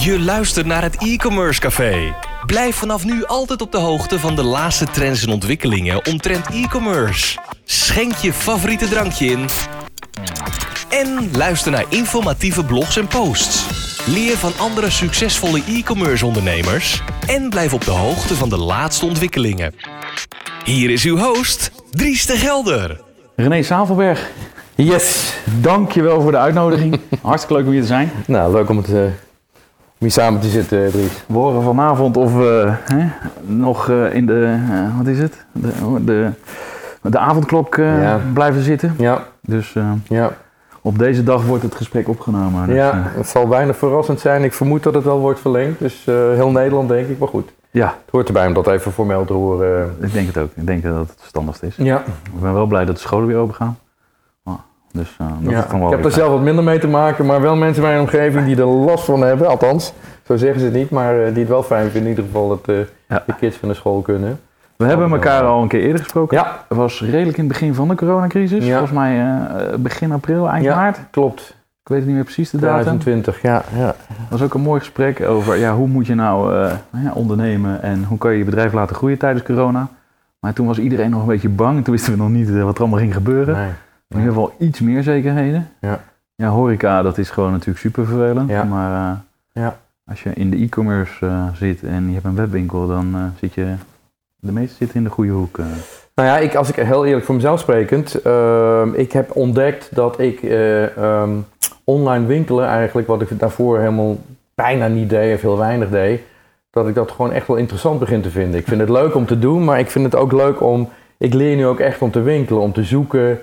Je luistert naar het e-commerce café. Blijf vanaf nu altijd op de hoogte van de laatste trends en ontwikkelingen omtrent e-commerce. Schenk je favoriete drankje in. En luister naar informatieve blogs en posts. Leer van andere succesvolle e-commerce ondernemers. En blijf op de hoogte van de laatste ontwikkelingen. Hier is uw host, Dries de Gelder. René Savelberg. Yes, dankjewel voor de uitnodiging. Hartstikke leuk om hier te zijn. Nou, leuk om hier samen te zitten, Dries. We horen vanavond of we nog in de, wat is het? De avondklok blijven zitten. Ja. Dus op deze dag wordt het gesprek opgenomen. Dus, het zal weinig verrassend zijn. Ik vermoed dat het wel wordt verlengd. Dus heel Nederland denk ik, maar goed. Ja. Het hoort erbij om dat even formeel te horen. Ik denk het ook. Ik denk dat het verstandigst is. Ja. Ik ben wel blij dat de scholen weer open gaan. Dus, dat is dan wel ik heb er zelf wat minder mee te maken, maar wel mensen in mijn omgeving die er last van hebben. Althans, zo zeggen ze het niet, maar die het wel fijn vinden in ieder geval dat de kids van de school kunnen. We hebben elkaar al een keer eerder gesproken. Ja. Het was redelijk in het begin van de coronacrisis. Ja. Volgens mij begin april, eind maart. Klopt. Ik weet het niet meer precies de datum. 2020, ja. Dat was ook een mooi gesprek over hoe moet je nou ondernemen en hoe kan je je bedrijf laten groeien tijdens corona. Maar toen was iedereen nog een beetje bang. Toen wisten we nog niet wat er allemaal ging gebeuren. Nee. In ieder geval iets meer zekerheden. Ja, horeca, dat is gewoon natuurlijk super vervelend. Ja. Maar als je in de e-commerce zit en je hebt een webwinkel, dan de meesten zitten in de goede hoek. Nou ja, als ik heel eerlijk voor mezelf sprekend, ik heb ontdekt dat ik online winkelen eigenlijk, wat ik daarvoor helemaal bijna niet deed of heel weinig deed, dat ik dat gewoon echt wel interessant begin te vinden. Ik vind het leuk om te doen, maar ik vind het ook leuk ik leer nu ook echt om te winkelen, om te zoeken,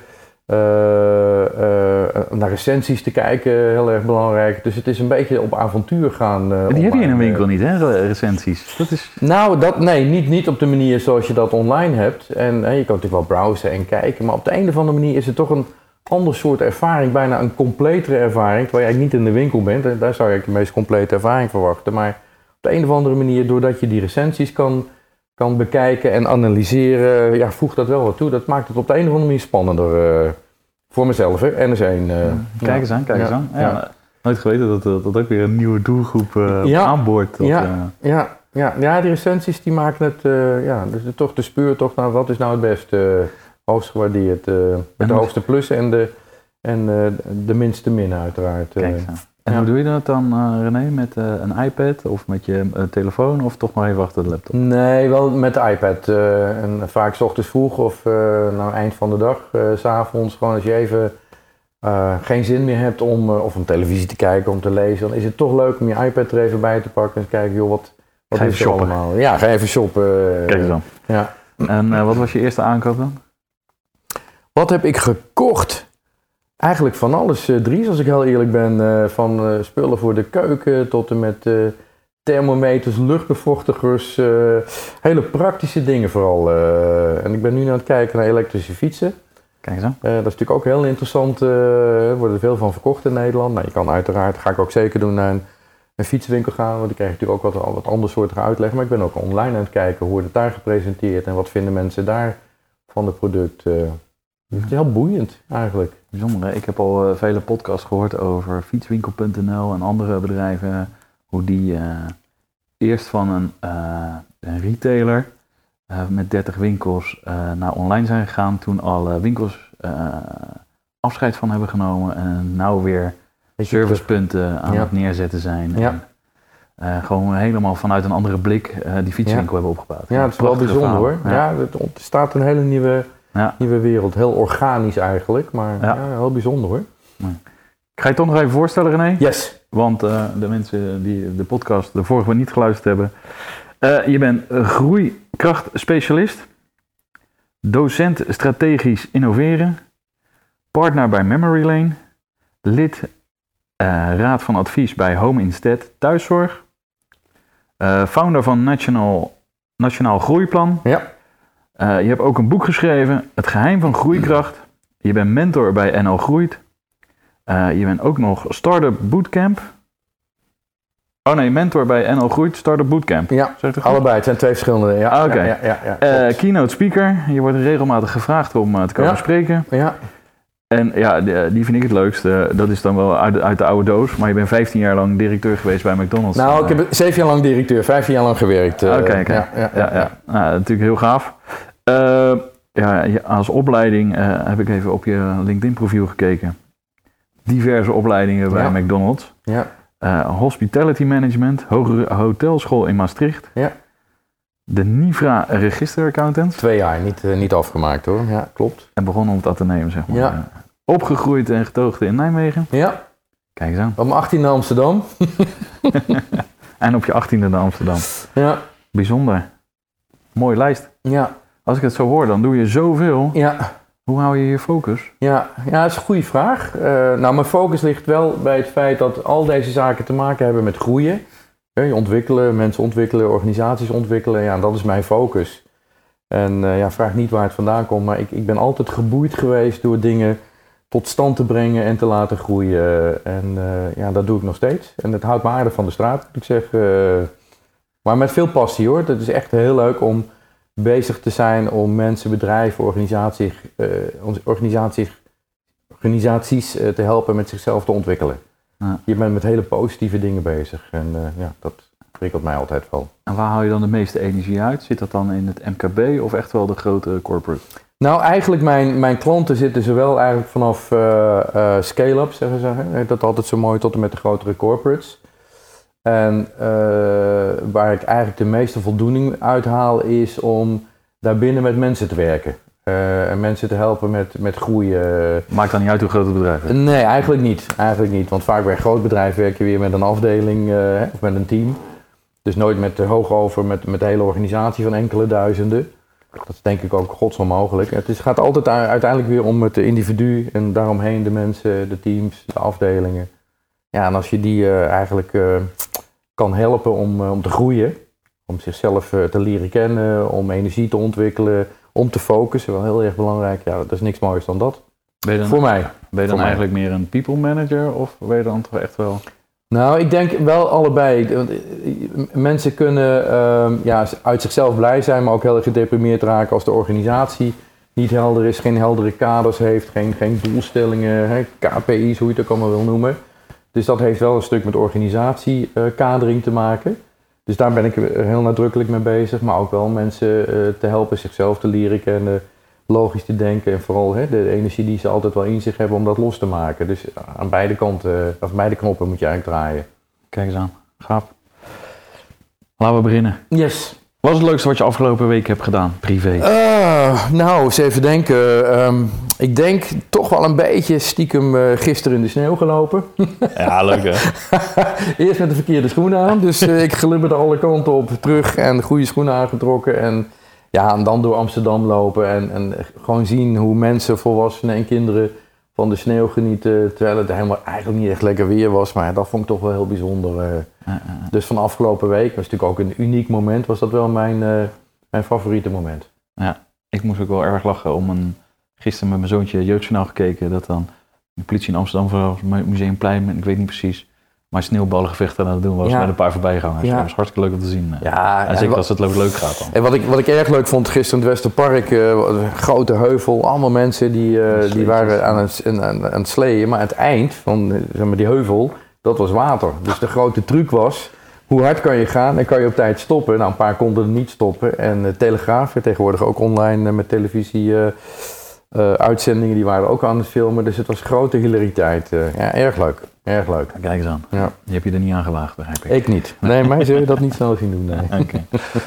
naar recensies te kijken, heel erg belangrijk. Dus het is een beetje op avontuur gaan. Die heb je in een winkel niet, hè, recensies? Dat is... Nou, niet op de manier zoals je dat online hebt. En je kan natuurlijk wel browsen en kijken, maar op de een of andere manier is het toch een ander soort ervaring, bijna een completere ervaring, terwijl je eigenlijk niet in de winkel bent. En daar zou je de meest complete ervaring verwachten. Maar op de een of andere manier, doordat je die recensies kan bekijken en analyseren, voegt dat wel wat toe. Dat maakt het op de een of andere manier spannender voor mezelf. Hè? En er zijn... Kijk eens aan. Ja. Nooit geweten dat ook weer een nieuwe doelgroep aanboord. Die recensies die maken het, dus toch de speurtocht naar wat is nou het beste, hoogst gewaardeerd, met de hoogste plussen en de minste minnen uiteraard. Kijk eens aan. En hoe doe je dat dan, René? Met een iPad of met je telefoon of toch nog even achter de laptop? Nee, wel met de iPad. En vaak 's ochtends vroeg of eind van de dag, 's avonds. Gewoon als je even geen zin meer hebt om televisie te kijken, om te lezen, dan is het toch leuk om je iPad er even bij te pakken en te kijken, joh, wat is er allemaal? Ja, ga even shoppen. Kijk eens dan. Ja. En wat was je eerste aankoop dan? Wat heb ik gekocht? Eigenlijk van alles, Dries, als ik heel eerlijk ben. Van spullen voor de keuken tot en met thermometers, luchtbevochtigers. Hele praktische dingen vooral. En ik ben nu aan het kijken naar elektrische fietsen. Kijk eens aan. Dat is natuurlijk ook heel interessant. Er worden er veel van verkocht in Nederland. Nou, je kan uiteraard, ga ik ook zeker doen, naar een fietswinkel gaan. Want dan krijg je natuurlijk ook wat andere soorten uitleg. Maar ik ben ook online aan het kijken hoe wordt het daar gepresenteerd. En wat vinden mensen daar van het product. Het is heel boeiend eigenlijk. Bijzonder, hè? Ik heb al vele podcasts gehoord over fietswinkel.nl en andere bedrijven. Hoe die eerst van een retailer met 30 winkels naar online zijn gegaan. Toen alle winkels afscheid van hebben genomen. En nou weer servicepunten aan het neerzetten zijn. Ja. En, gewoon helemaal vanuit een andere blik die fietswinkel hebben opgebouwd. Ja, het is wel bijzonder verhaal. Hoor. Ja, er staat een hele nieuwe wereld. Heel organisch eigenlijk, maar heel bijzonder hoor. Ik ga je toch nog even voorstellen, René. Yes. Want de mensen die de podcast de vorige niet geluisterd hebben. Je bent groeikrachtspecialist. Docent strategisch innoveren. Partner bij Memory Lane. Lid raad van advies bij Home Instead Thuiszorg. Founder van Nationaal Groeiplan. Ja. Je hebt ook een boek geschreven, Het Geheim van Groeikracht. Je bent mentor bij NL Groeit. Je bent ook nog Startup Bootcamp. Oh nee, mentor bij NL Groeit, Startup Bootcamp. Ja, allebei. Het zijn twee verschillende. Ja. Oké. Ja, keynote speaker. Je wordt regelmatig gevraagd om te komen spreken. Ja. En ja, die vind ik het leukste. Dat is dan wel uit de oude doos. Maar je bent 15 jaar lang directeur geweest bij McDonald's. Nou, ik heb 7 jaar lang directeur, 15 jaar lang gewerkt. Oké. Ja. Nou, natuurlijk heel gaaf. Als opleiding heb ik even op je LinkedIn profiel gekeken. Diverse opleidingen bij McDonald's. Ja. Hospitality Management, Hogere Hotelschool in Maastricht. Ja. De NIVRA Registeraccountant. 2 jaar, niet afgemaakt hoor. Ja, klopt. En begonnen om het te nemen, zeg maar. Ja. Opgegroeid en getogen in Nijmegen. Ja. Kijk eens aan. Op mijn 18e Amsterdam. En op je 18e naar Amsterdam. Ja. Bijzonder. Mooie lijst. Ja. Als ik het zo hoor, dan doe je zoveel. Ja. Hoe hou je je focus? Ja, dat is een goede vraag. Mijn focus ligt wel bij het feit dat al deze zaken te maken hebben met groeien. Je ontwikkelen, mensen ontwikkelen, organisaties ontwikkelen. Ja, dat is mijn focus. En vraag niet waar het vandaan komt, maar ik ben altijd geboeid geweest door dingen tot stand te brengen en te laten groeien. En dat doe ik nog steeds. En het houdt me aardig van de straat, moet ik zeggen. Maar met veel passie hoor. Het is echt heel leuk om bezig te zijn om mensen, bedrijven, organisaties te helpen met zichzelf te ontwikkelen. Ja. Je bent met hele positieve dingen bezig en dat prikkelt mij altijd wel. En waar haal je dan de meeste energie uit? Zit dat dan in het MKB of echt wel de grote corporate? Nou, eigenlijk mijn klanten zitten zowel eigenlijk vanaf scale-up, zeggen ze. Dat altijd zo mooi, tot en met de grotere corporates. En waar ik eigenlijk de meeste voldoening uit haal is om daarbinnen met mensen te werken. En mensen te helpen met groeien. Maakt dan niet uit hoe groot het bedrijf is? Nee, eigenlijk niet. Want vaak bij een groot bedrijf werk je weer met een afdeling of met een team. Dus nooit met de hoogover, met de hele organisatie van enkele duizenden. Dat is denk ik ook godsonmogelijk. Het gaat altijd uiteindelijk weer om het individu en daaromheen de mensen, de teams, de afdelingen. Ja, en als je die eigenlijk kan helpen om te groeien, om zichzelf te leren kennen, om energie te ontwikkelen, om te focussen, wel heel erg belangrijk. Ja, dat is niks moois dan dat. Voor mij. Ben je dan eigenlijk meer een people manager of ben je dan toch echt wel... Nou, ik denk wel allebei. Mensen kunnen uit zichzelf blij zijn, maar ook heel erg gedeprimeerd raken als de organisatie niet helder is, geen heldere kaders heeft, geen doelstellingen, KPI's, hoe je het ook allemaal wil noemen. Dus dat heeft wel een stuk met organisatiekadering te maken. Dus daar ben ik heel nadrukkelijk mee bezig, maar ook wel mensen te helpen zichzelf te leren kennen, logisch te denken en vooral de energie die ze altijd wel in zich hebben om dat los te maken. Dus aan beide kanten, of beide knoppen moet je eigenlijk draaien. Kijk eens aan, gaaf. Laten we beginnen. Yes. Wat is het leukste wat je afgelopen week hebt gedaan, privé? Nou, eens even denken. Ik denk toch wel een beetje stiekem gisteren in de sneeuw gelopen. Ja, leuk hè? Eerst met de verkeerde schoenen aan, dus ik glibberde alle kanten op terug en goede schoenen aangetrokken. En dan door Amsterdam lopen en gewoon zien hoe mensen, volwassenen en kinderen van de sneeuw genieten. Terwijl het helemaal eigenlijk niet echt lekker weer was, maar dat vond ik toch wel heel bijzonder. Dus van afgelopen week, was natuurlijk ook een uniek moment, was dat wel mijn favoriete moment. Ja, ik moest ook wel erg lachen gisteren met mijn zoontje Jeugdjournaal gekeken, dat dan de politie in Amsterdam voor het Museumplein, ik weet niet precies, maar sneeuwballengevechten aan het doen was met een paar voorbijgangers. Ja. Dat was hartstikke leuk om te zien. Ja, en zeker als het leuk gaat dan. En wat ik erg leuk vond gisteren in het Westerpark, een grote heuvel, allemaal mensen die waren aan het sleeën, maar aan het eind van die heuvel, dat was water. Dus de grote truc was, hoe hard kan je gaan en kan je op tijd stoppen? Nou, een paar konden er niet stoppen. En de Telegraaf, tegenwoordig ook online met televisie uitzendingen, die waren ook aan het filmen. Dus het was grote hilariteit. Erg leuk. Erg leuk. Kijk eens aan. Ja. Die heb je er niet aan gewaagd, begrijp ik. Ik niet. Nee, mij zul je dat niet snel zien doen. Nee. Okay.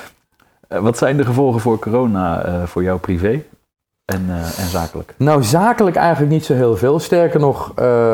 Wat zijn de gevolgen voor corona voor jou privé en zakelijk? Nou, zakelijk eigenlijk niet zo heel veel. Sterker nog,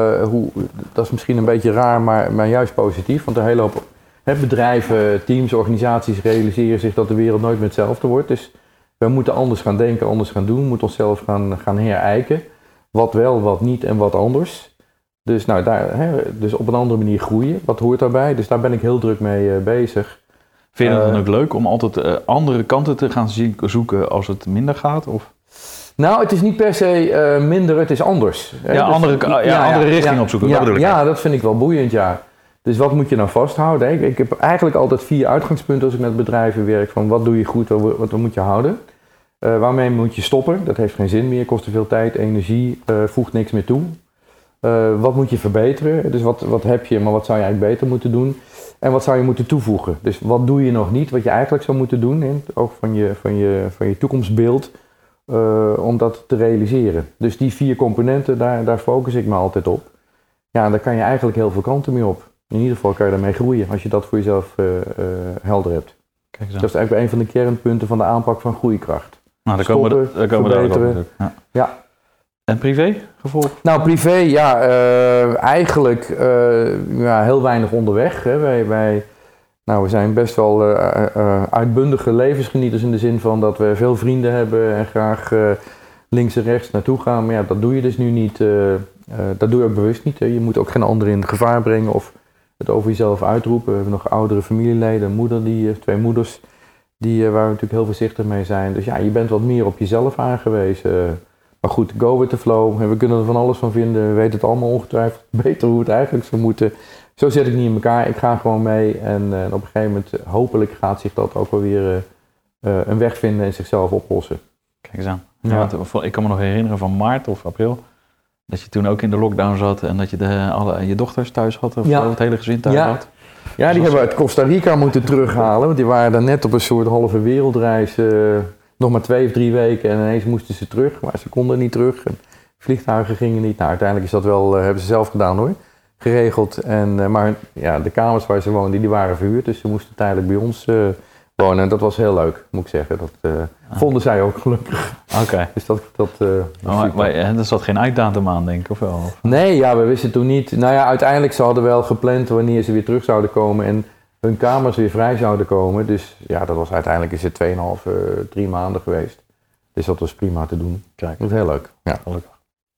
dat is misschien een beetje raar, maar juist positief. Want een hele hoop bedrijven, teams, organisaties realiseren zich dat de wereld nooit meer hetzelfde wordt. Dus we moeten anders gaan denken, anders gaan doen. We moeten onszelf gaan herijken. Wat wel, wat niet en wat anders. Dus, dus op een andere manier groeien. Wat hoort daarbij? Dus daar ben ik heel druk mee bezig. Vind je het dan ook leuk om altijd andere kanten te gaan zoeken als het minder gaat? Of? Nou, het is niet per se minder, het is anders. Ja, dus, andere richting opzoeken, dat bedoel ik. Ja, dat vind ik wel boeiend, ja. Dus wat moet je nou vasthouden? Ik heb eigenlijk altijd 4 uitgangspunten als ik met bedrijven werk. Van wat doe je goed, wat moet je houden? Waarmee moet je stoppen? Dat heeft geen zin meer, kost te veel tijd, energie, voegt niks meer toe. Wat moet je verbeteren? Dus wat heb je, maar wat zou je eigenlijk beter moeten doen? En wat zou je moeten toevoegen? Dus wat doe je nog niet, wat je eigenlijk zou moeten doen, in het oog van je toekomstbeeld, om dat te realiseren. Dus die 4 componenten, daar focus ik me altijd op. Ja, daar kan je eigenlijk heel veel kanten mee op. In ieder geval kan je daarmee groeien, als je dat voor jezelf helder hebt. Kijk zo. Dat is eigenlijk een van de kernpunten van de aanpak van groeikracht. Nou, daar komen we verbeteren. daar ja. Ja. En privé gevolg? Nou, privé, ja, eigenlijk heel weinig onderweg. Hè. We zijn best wel uitbundige levensgenieters in de zin van dat we veel vrienden hebben en graag links en rechts naartoe gaan. Maar ja, dat doe je dus nu niet. Dat doe je ook bewust niet. Hè. Je moet ook geen anderen in gevaar brengen of het over jezelf uitroepen. We hebben nog oudere familieleden, een moeder, 2 moeders, waar we natuurlijk heel voorzichtig mee zijn. Dus ja, je bent wat meer op jezelf aangewezen. Maar goed, go with the flow. We kunnen er van alles van vinden. We weten het allemaal ongetwijfeld beter hoe het eigenlijk zou moeten. Zo zet ik niet in elkaar. Ik ga gewoon mee. En op een gegeven moment, hopelijk gaat zich dat ook wel weer een weg vinden en zichzelf oplossen. Kijk eens aan. Ja. Want ik kan me nog herinneren van maart of april. Dat je toen ook in de lockdown zat en dat je je dochters thuis had. Of het hele gezin thuis had. Ja, die hebben we uit Costa Rica moeten terughalen. Want die waren daar net op een soort halve wereldreis. Nog maar 2 of 3 weken en ineens moesten ze terug, maar ze konden niet terug. En vliegtuigen gingen niet. Nou, uiteindelijk is dat wel, hebben ze zelf gedaan hoor, geregeld. Maar ja, de kamers waar ze woonden, die waren verhuurd, dus ze moesten tijdelijk bij ons wonen. En dat was heel leuk, moet ik zeggen. Dat vonden zij ook gelukkig. Oké. Dus maar er zat geen einddatum aan, denk ik, of wel? Nee, ja, we wisten toen niet. Nou ja, uiteindelijk ze hadden wel gepland wanneer ze weer terug zouden komen en hun kamers weer vrij zouden komen. Dus ja, dat was uiteindelijk is het 2,5, 3 maanden geweest. Dus dat was prima te doen. Kijk. Dat was heel leuk. Ja. Gelukkig.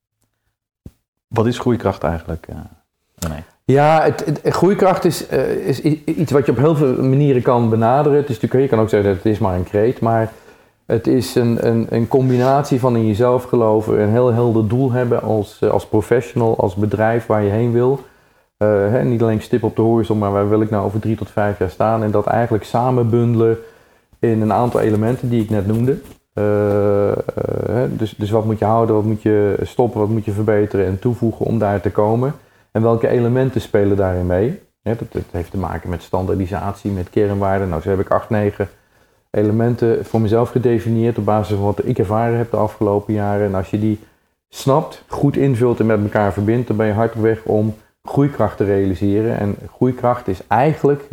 Wat is groeikracht eigenlijk? Nee. Ja, groeikracht is iets wat je op heel veel manieren kan benaderen. Het is natuurlijk, je kan ook zeggen dat het is maar een kreet, maar het is een combinatie van in jezelf geloven, een heel helder doel hebben als professional, als bedrijf waar je heen wil. Niet alleen stip op de horizon, maar waar wil ik nou over 3 tot 5 jaar staan? En dat eigenlijk samen bundelen in een aantal elementen die ik net noemde. Dus wat moet je houden, wat moet je stoppen, wat moet je verbeteren en toevoegen om daar te komen? En welke elementen spelen daarin mee? Dat heeft te maken met standaardisatie, met kernwaarden. Nou, zo heb ik 8, 9 elementen voor mezelf gedefinieerd op basis van wat ik ervaren heb de afgelopen jaren. En als je die snapt, goed invult en met elkaar verbindt, dan ben je hard op weg om groeikracht te realiseren. En groeikracht is eigenlijk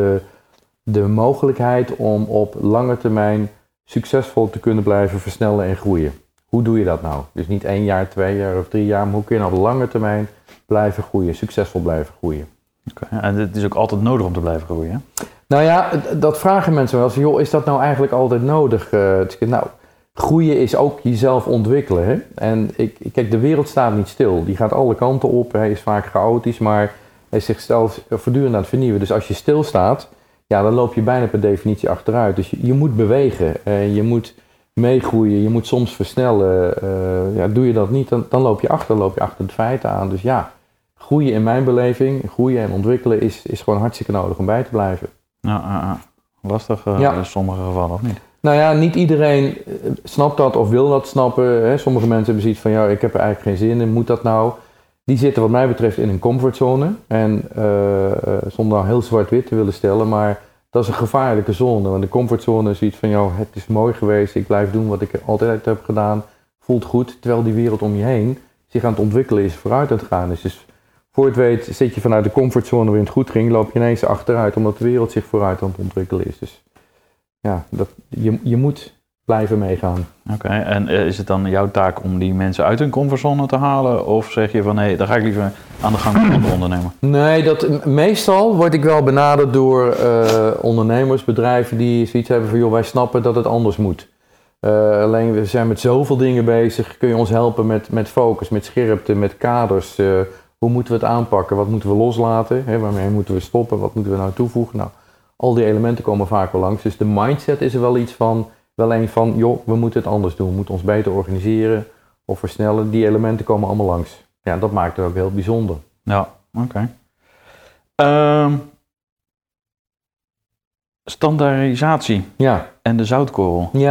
de mogelijkheid om op lange termijn succesvol te kunnen blijven versnellen en groeien. Hoe doe je dat nou? Dus niet 1 jaar, 2 jaar of 3 jaar, maar hoe kun je nou op lange termijn blijven groeien, succesvol blijven groeien? Okay. En het is ook altijd nodig om te blijven groeien, hè? Nou ja, dat vragen mensen wel eens. Joh, is dat nou eigenlijk altijd nodig? Nou, groeien is ook jezelf ontwikkelen. Hè? En kijk, de wereld staat niet stil. Die gaat alle kanten op. Hij is vaak chaotisch, maar hij is zichzelf voortdurend aan het vernieuwen. Dus als je stilstaat, ja, dan loop je bijna per definitie achteruit. Dus je moet bewegen. Je moet meegroeien. Je moet soms versnellen. Doe je dat niet, dan loop je achter de feiten aan. Dus ja, groeien in mijn beleving, groeien en ontwikkelen is gewoon hartstikke nodig om bij te blijven. Lastig in sommige gevallen, of niet? Nou ja, niet iedereen snapt dat of wil dat snappen. Hè. Sommige mensen hebben zoiets van, ja, ik heb er eigenlijk geen zin in, moet dat nou? Die zitten wat mij betreft in een comfortzone. En zonder nou heel zwart-wit te willen stellen, maar dat is een gevaarlijke zone. Want de comfortzone is zoiets van, ja, het is mooi geweest, ik blijf doen wat ik altijd heb gedaan, voelt goed. Terwijl die wereld om je heen zich aan het ontwikkelen is, vooruit aan het gaan is. Dus voor het weet zit je vanuit de comfortzone waarin het goed ging, loop je ineens achteruit omdat de wereld zich vooruit aan het ontwikkelen is. Dus ja, je moet blijven meegaan. Oké, en is het dan jouw taak om die mensen uit hun comfortzone te halen? Of zeg je van, nee, dan ga ik liever aan de gang met andere ondernemer? Nee, meestal word ik wel benaderd door ondernemers, bedrijven die zoiets hebben van, joh, wij snappen dat het anders moet. Alleen we zijn met zoveel dingen bezig, kun je ons helpen met focus, met scherpte, met kaders. Hoe moeten we het aanpakken? Wat moeten we loslaten? Waarmee moeten we stoppen? Wat moeten we nou toevoegen? Nou, al die elementen komen vaak wel langs. Dus de mindset is er wel iets van, joh, we moeten het anders doen. We moeten ons beter organiseren of versnellen. Die elementen komen allemaal langs. Ja, dat maakt het ook heel bijzonder. Ja, oké. Standaardisatie. Ja. En de zoutkorrel. Ja.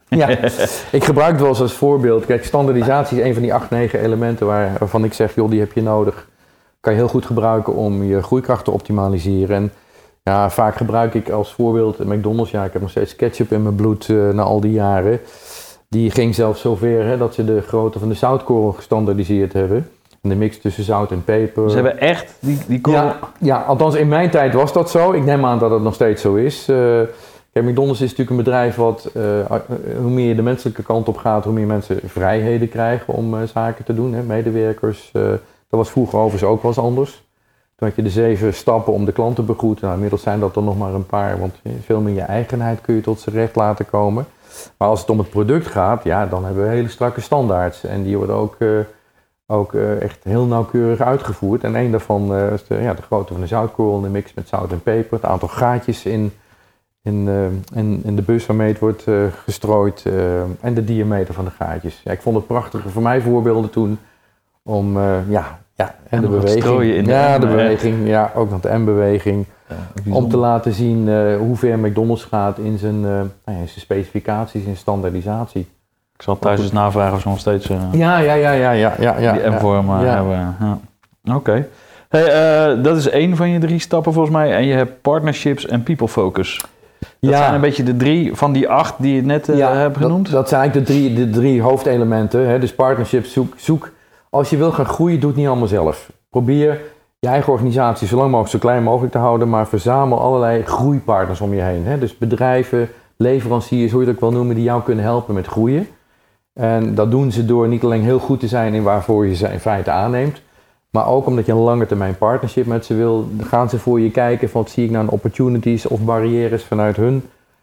Ja, ik gebruik het wel eens als voorbeeld. Kijk, standaardisatie is een van die 8, 9 elementen waarvan ik zeg, joh, die heb je nodig. Kan je heel goed gebruiken om je groeikracht te optimaliseren. En ja, vaak gebruik ik als voorbeeld McDonald's. Ja, ik heb nog steeds ketchup in mijn bloed na al die jaren. Die ging zelfs zover dat ze de grootte van de zoutkorrel gestandaardiseerd hebben. En de mix tussen zout en peper. Ze hebben echt die korrel... Ja, althans in mijn tijd was dat zo. Ik neem aan dat het nog steeds zo is. Kijk, McDonald's is natuurlijk een bedrijf wat, hoe meer je de menselijke kant op gaat, hoe meer mensen vrijheden krijgen om zaken te doen. Hè. Medewerkers, dat was vroeger overigens ook wel eens anders. Toen had je de 7 stappen om de klant te begroeten. Nou, inmiddels zijn dat er nog maar een paar, want veel meer je eigenheid kun je tot z'n recht laten komen. Maar als het om het product gaat, ja, dan hebben we hele strakke standaards. En die worden ook echt heel nauwkeurig uitgevoerd. En een daarvan is de grootte van de zoutkorrel, de mix met zout en peper, het aantal gaatjes in de bus waarmee het wordt gestrooid en de diameter van de gaatjes. Ja, ik vond het prachtige voor mij voorbeelden toen om en de beweging. De beweging, ja, ook nog de M-beweging. Ja, om te laten zien hoe ver McDonald's gaat in zijn specificaties en standaardisatie. Ik zal thuis eens navragen of ze nog steeds die M-vorm hebben. Ja. Oké. Hey, dat is 1 van je 3 stappen volgens mij. En je hebt partnerships en people focus. Dat zijn een beetje de 3 van die 8 die je net hebt genoemd. Dat zijn eigenlijk de drie hoofdelementen. Hè. Dus partnerships, zoek. Als je wil gaan groeien, doe het niet allemaal zelf. Probeer je eigen organisatie zo lang mogelijk, zo klein mogelijk te houden. Maar verzamel allerlei groeipartners om je heen. Hè. Dus bedrijven, leveranciers, hoe je het ook wel noemen, die jou kunnen helpen met groeien. En dat doen ze door niet alleen heel goed te zijn in waarvoor je ze in feite aanneemt. Maar ook omdat je een lange termijn partnership met ze wil, gaan ze voor je kijken van wat zie ik nou aan opportunities of barrières vanuit hun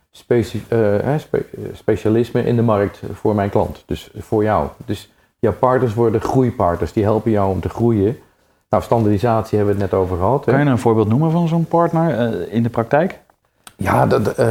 specialisme in de markt voor mijn klant. Dus voor jou. Dus jouw partners worden groeipartners, die helpen jou om te groeien. Nou, standaardisatie hebben we het net over gehad. Kan je een voorbeeld noemen van zo'n partner in de praktijk? Ja,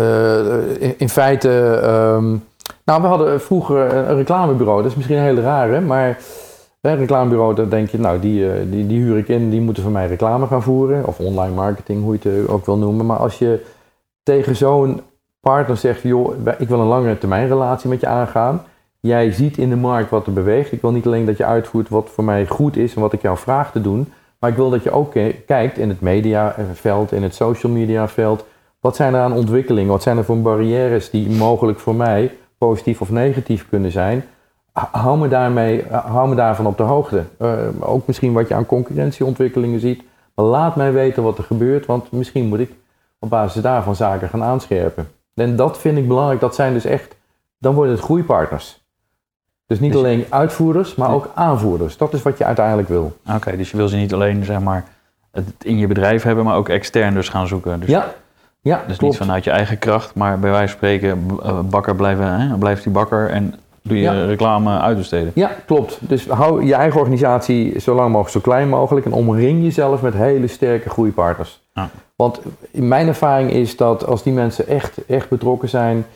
in feite... we hadden vroeger een reclamebureau, dat is misschien een hele rare, maar... Een reclamebureau, dan denk je, nou die huur ik in, die moeten voor mij reclame gaan voeren. Of online marketing, hoe je het ook wil noemen. Maar als je tegen zo'n partner zegt, joh, ik wil een langere termijn relatie met je aangaan. Jij ziet in de markt wat er beweegt. Ik wil niet alleen dat je uitvoert wat voor mij goed is en wat ik jou vraag te doen. Maar ik wil dat je ook kijkt in het mediaveld, in het social media veld. Wat zijn er aan ontwikkelingen? Wat zijn er voor barrières die mogelijk voor mij positief of negatief kunnen zijn? Hou me daarvan op de hoogte. Ook misschien wat je aan concurrentieontwikkelingen ziet. Maar laat mij weten wat er gebeurt, want misschien moet ik op basis daarvan zaken gaan aanscherpen. En dat vind ik belangrijk. Dat zijn dus echt, dan worden het groeipartners. Dus niet alleen uitvoerders, maar ook aanvoerders. Dat is wat je uiteindelijk wil. Oké, dus je wil ze niet alleen zeg maar het in je bedrijf hebben, maar ook extern dus gaan zoeken. Dus, ja, dus klopt. Niet vanuit je eigen kracht, maar bij wijze van spreken bakker blijft die bakker en doe je reclame uitbesteden. Ja, klopt. Dus hou je eigen organisatie zo lang mogelijk, zo klein mogelijk en omring jezelf met hele sterke groeipartners. Ja. Want in mijn ervaring is dat als die mensen echt betrokken zijn,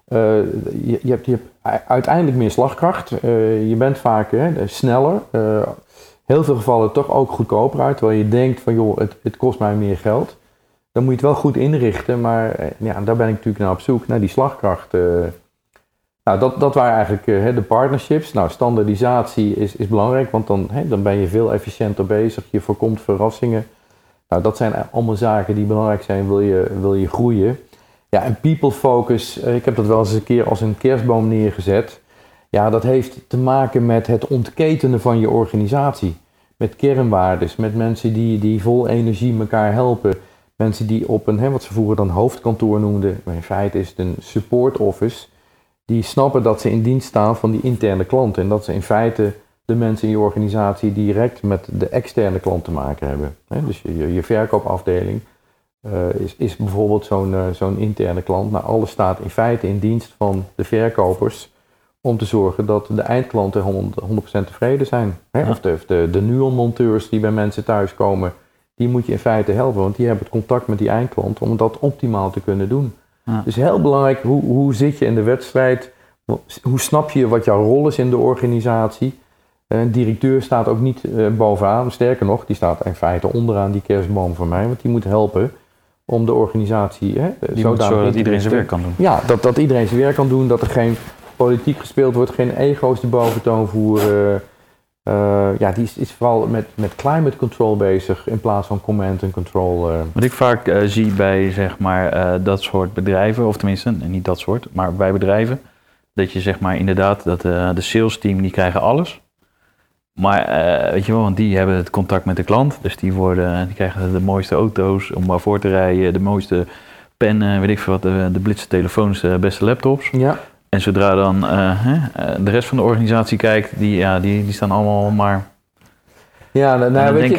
je hebt uiteindelijk meer slagkracht. Je bent vaak sneller. Heel veel gevallen toch ook goedkoper uit, terwijl je denkt van joh, het kost mij meer geld. Dan moet je het wel goed inrichten, maar daar ben ik natuurlijk naar op zoek, naar die slagkracht. Nou, dat waren eigenlijk de partnerships. Nou, standaardisatie is belangrijk, want dan ben je veel efficiënter bezig. Je voorkomt verrassingen. Nou, dat zijn allemaal zaken die belangrijk zijn, wil je groeien. Ja, en people focus, ik heb dat wel eens een keer als een kerstboom neergezet. Ja, dat heeft te maken met het ontketenen van je organisatie. Met kernwaardes, met mensen die vol energie elkaar helpen. Mensen die op een, wat ze vroeger dan hoofdkantoor noemden, maar in feite is het een support office. Die snappen dat ze in dienst staan van die interne klanten. En dat ze in feite de mensen in je organisatie direct met de externe klant te maken hebben. Dus je verkoopafdeling is bijvoorbeeld zo'n interne klant. Nou, alles staat in feite in dienst van de verkopers om te zorgen dat de eindklanten 100% tevreden zijn. Of de Nuon-monteurs die bij mensen thuiskomen, die moet je in feite helpen. Want die hebben het contact met die eindklant om dat optimaal te kunnen doen. Ja. Dus heel belangrijk, hoe zit je in de wedstrijd? Hoe snap je wat jouw rol is in de organisatie? Een directeur staat ook niet bovenaan. Sterker nog, die staat in feite onderaan die kerstboom van mij. Want die moet helpen om de organisatie... die moet zorgen dat iedereen zijn werk kan doen. Ja, dat iedereen zijn werk kan doen. Dat er geen politiek gespeeld wordt, geen ego's de boventoon voeren. Die is vooral met climate control bezig in plaats van command and control. Wat ik vaak zie bij zeg maar dat soort bedrijven, of tenminste niet dat soort, maar bij bedrijven, dat je zeg maar inderdaad dat de sales team die krijgen alles. Maar weet je wel, want die hebben het contact met de klant, dus die krijgen de mooiste auto's om maar voor te rijden, de mooiste pennen, weet ik veel wat, de blitse telefoons, de beste laptops. Ja. En zodra dan de rest van de organisatie kijkt, die staan allemaal maar... Ja,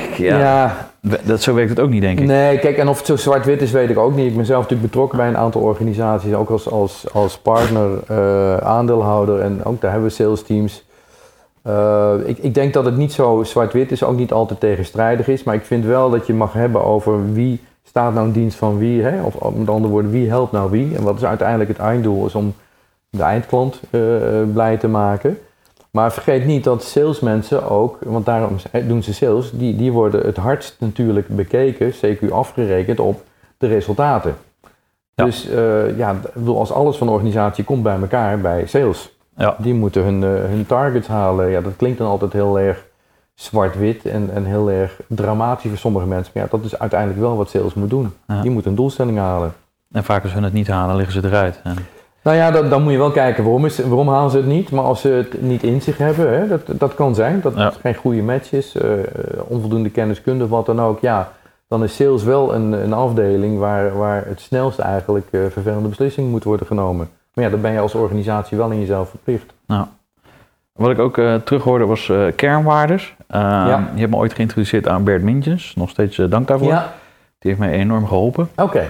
zo werkt het ook niet, denk ik. Nee, kijk, en of het zo zwart-wit is, weet ik ook niet. Ik ben zelf natuurlijk betrokken bij een aantal organisaties, ook als partner, aandeelhouder en ook daar hebben we sales teams. Ik denk dat het niet zo zwart-wit is, ook niet altijd tegenstrijdig is, maar ik vind wel dat je mag hebben over wie staat nou in dienst van wie, hè? Of met andere woorden, wie helpt nou wie en wat is uiteindelijk het einddoel, is om de eindklant blij te maken. Maar vergeet niet dat salesmensen ook, want daarom doen ze sales, die worden het hardst natuurlijk bekeken, CQ afgerekend op de resultaten. Ja. Dus als alles van de organisatie komt bij elkaar bij sales. Ja. Die moeten hun targets halen. Ja, dat klinkt dan altijd heel erg zwart-wit en heel erg dramatisch voor sommige mensen. Maar ja, dat is uiteindelijk wel wat sales moet doen. Ja. Die moeten een doelstelling halen. En vaak als hun het niet halen, liggen ze eruit. Ja. Nou ja, dan moet je wel kijken waarom halen ze het niet. Maar als ze het niet in zich hebben, hè, dat kan zijn. Dat het geen goede match is, onvoldoende kenniskunde, wat dan ook. Ja, dan is sales wel een afdeling waar het snelst eigenlijk vervelende beslissingen moet worden genomen. Maar ja, dan ben je als organisatie wel in jezelf verplicht. Nou, wat ik ook terughoorde was kernwaardes. Je hebt me ooit geïntroduceerd aan Bert Mintjens. Nog steeds dank daarvoor. Ja. Die heeft mij enorm geholpen. Oké.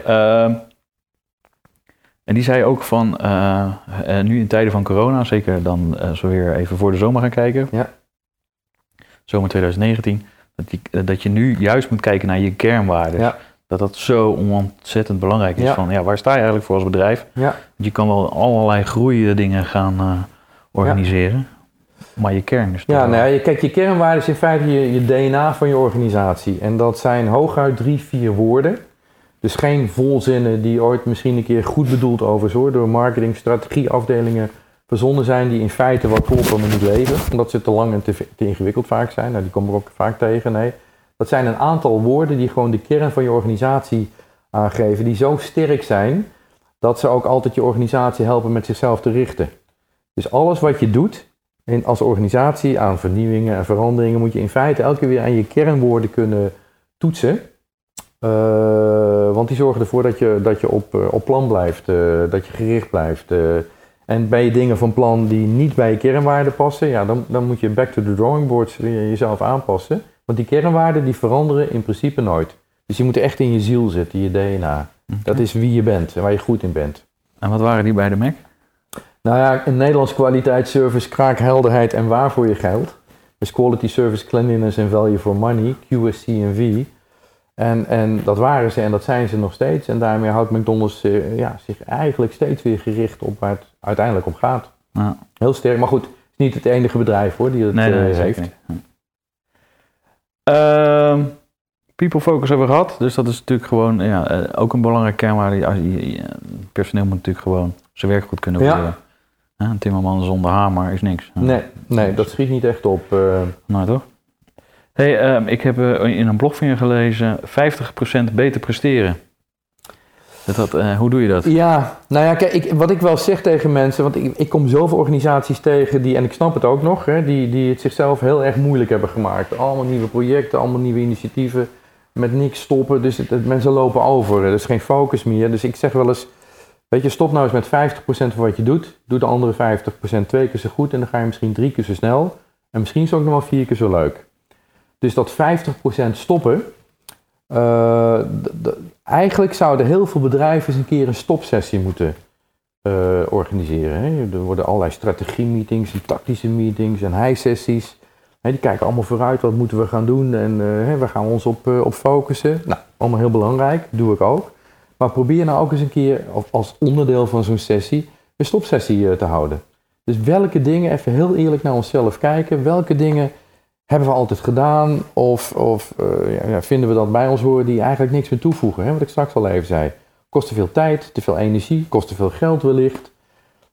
En die zei ook van, nu in tijden van corona, zeker dan zo weer even voor de zomer gaan kijken. Ja. Zomer 2019. Dat je nu juist moet kijken naar je kernwaarden. Ja. Dat zo ontzettend belangrijk is. Ja. Van, waar sta je eigenlijk voor als bedrijf? Ja. Je kan wel allerlei groeidingen gaan organiseren. Ja. Maar je kern is toch kijk, je kernwaarden is in feite je DNA van je organisatie. En dat zijn hooguit 3-4 woorden. Dus geen volzinnen die ooit misschien een keer goed bedoeld overigens door marketing, strategie, afdelingen verzonnen zijn die in feite wat kloppen maar niet leven. Omdat ze te lang en te ingewikkeld vaak zijn. Nou, die komen we ook vaak tegen. Nee. Dat zijn een aantal woorden die gewoon de kern van je organisatie aangeven. Die zo sterk zijn dat ze ook altijd je organisatie helpen met zichzelf te richten. Dus alles wat je doet als organisatie aan vernieuwingen en veranderingen moet je in feite elke keer weer aan je kernwoorden kunnen toetsen. Want die zorgen ervoor dat je op plan blijft, dat je gericht blijft. En bij je dingen van plan die niet bij je kernwaarden passen, dan moet je back to the drawing boards jezelf aanpassen. Want die kernwaarden die veranderen in principe nooit. Dus je moet echt in je ziel zitten, je DNA. Okay. Dat is wie je bent en waar je goed in bent. En wat waren die bij de Mac? Nou ja, in Nederlands kwaliteit, service, kraakhelderheid en waar voor je geld. Dus quality, service, cleanliness en value for money, QSC en V. En dat waren ze en dat zijn ze nog steeds. En daarmee houdt McDonald's zich eigenlijk steeds weer gericht op waar het uiteindelijk om gaat. Ja. Heel sterk, maar goed, het is niet het enige bedrijf hoor die dat heeft. People focus hebben we gehad, dus dat is natuurlijk gewoon ook een belangrijke kernwaarde. Personeel moet natuurlijk gewoon zijn werk goed kunnen doen. Een timmerman zonder hamer is niks. Nee, dat schiet niet echt op. Nou toch? Hey, ik heb in een blog van je gelezen 50% beter presteren. Hoe doe je dat? Ja, nou ja, kijk, wat ik wel zeg tegen mensen, want ik kom zoveel organisaties tegen die, en ik snap het ook nog, die het zichzelf heel erg moeilijk hebben gemaakt. Allemaal nieuwe projecten, allemaal nieuwe initiatieven, met niks stoppen, dus mensen lopen over. Er is geen focus meer, dus ik zeg wel eens, weet je, stop nou eens met 50% van wat je doet, doe de andere 50% 2 keer zo goed en dan ga je misschien 3 keer zo snel en misschien is het ook nog wel 4 keer zo leuk. Dus dat 50% stoppen, eigenlijk zouden heel veel bedrijven eens een keer een stopsessie moeten organiseren. Hè. Er worden allerlei strategie-meetings en tactische meetings en high-sessies. Die kijken allemaal vooruit, wat moeten we gaan doen en waar gaan we ons op focussen. Nou, allemaal heel belangrijk, doe ik ook. Maar probeer nou ook eens een keer, als onderdeel van zo'n sessie, een stopsessie te houden. Dus welke dingen, even heel eerlijk naar onszelf kijken, welke dingen hebben we altijd gedaan of vinden we dat bij ons horen die eigenlijk niks meer toevoegen. Hè? Wat ik straks al even zei. Kost te veel tijd, te veel energie, kost te veel geld wellicht.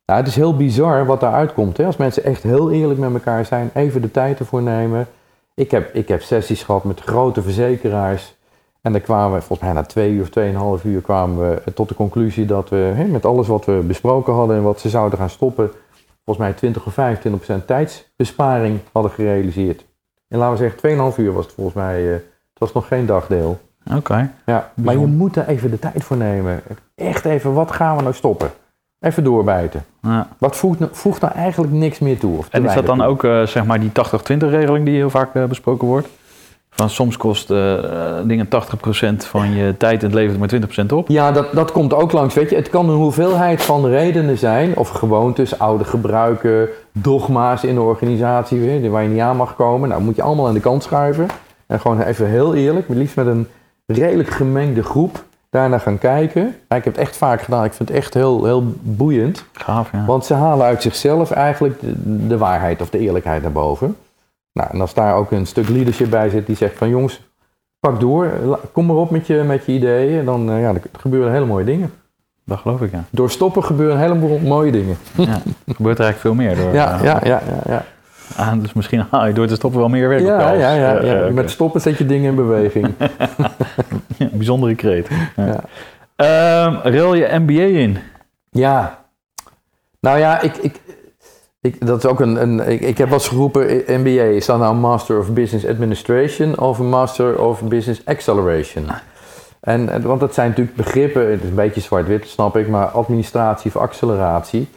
Nou, het is heel bizar wat daaruit komt. Hè? Als mensen echt heel eerlijk met elkaar zijn, even de tijd ervoor nemen. Ik heb sessies gehad met grote verzekeraars. En dan kwamen we, volgens mij na 2 uur of 2,5 uur, kwamen we tot de conclusie dat we met alles wat we besproken hadden en wat ze zouden gaan stoppen, volgens mij 20 of 25% tijdsbesparing hadden gerealiseerd. En laten we zeggen, 2,5 uur was het volgens mij, het was nog geen dagdeel. Oké. Ja, maar je moet er even de tijd voor nemen. Echt even, wat gaan we nou stoppen? Even doorbijten. Ja. Wat voegt nou eigenlijk niks meer toe? Of en is dat dan ook zeg maar die 80-20 regeling die heel vaak besproken wordt? Van soms kost dingen 80% van je tijd en het levert maar 20% op? Ja, dat komt ook langs. Weet je, het kan een hoeveelheid van redenen zijn, of gewoontes, oude gebruiken, dogma's in de organisatie waar je niet aan mag komen. Nou, moet je allemaal aan de kant schuiven. En gewoon even heel eerlijk, maar liefst met een redelijk gemengde groep, daarna gaan kijken. Ik heb het echt vaak gedaan. Ik vind het echt heel, heel boeiend. Gaaf, ja. Want ze halen uit zichzelf eigenlijk de waarheid of de eerlijkheid naar boven. Nou, en als daar ook een stuk leadership bij zit die zegt van jongens, pak door, kom maar op met je ideeën. Dan er gebeuren hele mooie dingen. Dat geloof ik, ja. Door stoppen gebeuren een heleboel mooie dingen. Ja, er gebeurt er eigenlijk veel meer door. Ja. Dus misschien haal je door te stoppen wel meer werk op. Ja. Okay. Met stoppen zet je dingen in beweging. Ja, bijzondere kreet. Ja. Ril je MBA in? Ja. Nou ja, dat is ook ik heb wel eens geroepen, MBA, is dat nou een Master of Business Administration of een Master of Business Acceleration? Want dat zijn natuurlijk begrippen, het is een beetje zwart-wit, snap ik, maar administratie of acceleratie.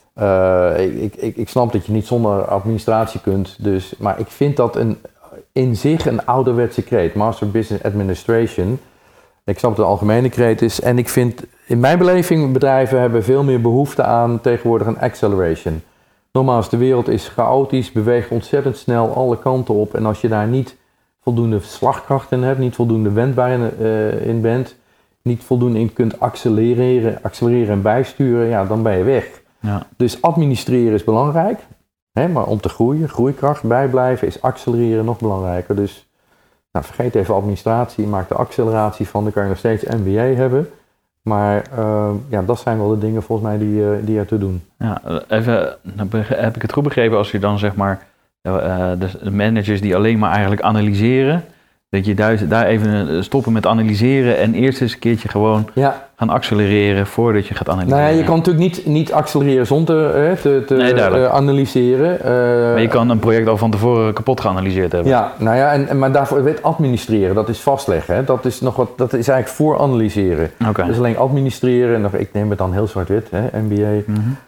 Ik snap dat je niet zonder administratie kunt, maar ik vind dat in zich een ouderwetse kreet, Master of Business Administration. Ik snap dat het een algemene kreet is en ik vind, in mijn beleving, bedrijven hebben veel meer behoefte aan tegenwoordig een acceleration. Nogmaals, de wereld is chaotisch, beweegt ontzettend snel alle kanten op. En als je daar niet voldoende slagkracht in hebt, niet voldoende wendbaar in bent, niet voldoende in kunt accelereren en bijsturen, ja, dan ben je weg. Ja. Dus administreren is belangrijk, maar om te groeien, groeikracht, bijblijven, is accelereren nog belangrijker. Dus vergeet even administratie, maak de acceleratie van, dan kan je nog steeds MBA hebben. Maar dat zijn wel de dingen volgens mij die er te doen. Ja, even, heb ik het goed begrepen als je dan zeg maar de managers die alleen maar eigenlijk analyseren, dat je daar even stoppen met analyseren en eerst eens een keertje gewoon gaan accelereren voordat je gaat analyseren. Nou ja, je kan natuurlijk niet accelereren zonder te analyseren. Maar je kan een project al van tevoren kapot geanalyseerd hebben. Ja, nou ja, maar daarvoor administreren, dat is vastleggen. Hè? Dat is eigenlijk voor analyseren. Okay. Dus alleen administreren, en ik neem het dan heel zwart-wit, MBA. Mm-hmm.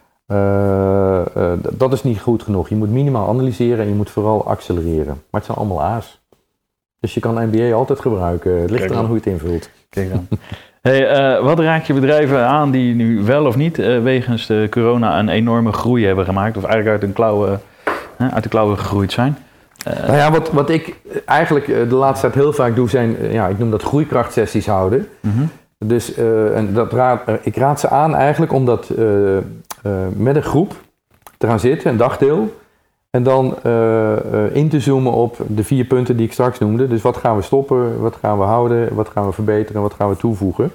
Dat is niet goed genoeg. Je moet minimaal analyseren en je moet vooral accelereren. Maar het zijn allemaal A's. Dus je kan MBA altijd gebruiken. Het ligt eraan hoe je het invult. Kijk dan. Hey, wat raakt je bedrijven aan die nu wel of niet wegens de corona een enorme groei hebben gemaakt? Of eigenlijk uit de klauwen gegroeid zijn? Nou ja, wat ik eigenlijk de laatste tijd heel vaak doe zijn, ik noem dat groeikrachtsessies houden. Mm-hmm. Dus ik raad ze aan eigenlijk om dat met een groep te gaan zitten, een dagdeel. En dan in te zoomen op de 4 punten die ik straks noemde. Dus wat gaan we stoppen, wat gaan we houden, wat gaan we verbeteren, wat gaan we toevoegen.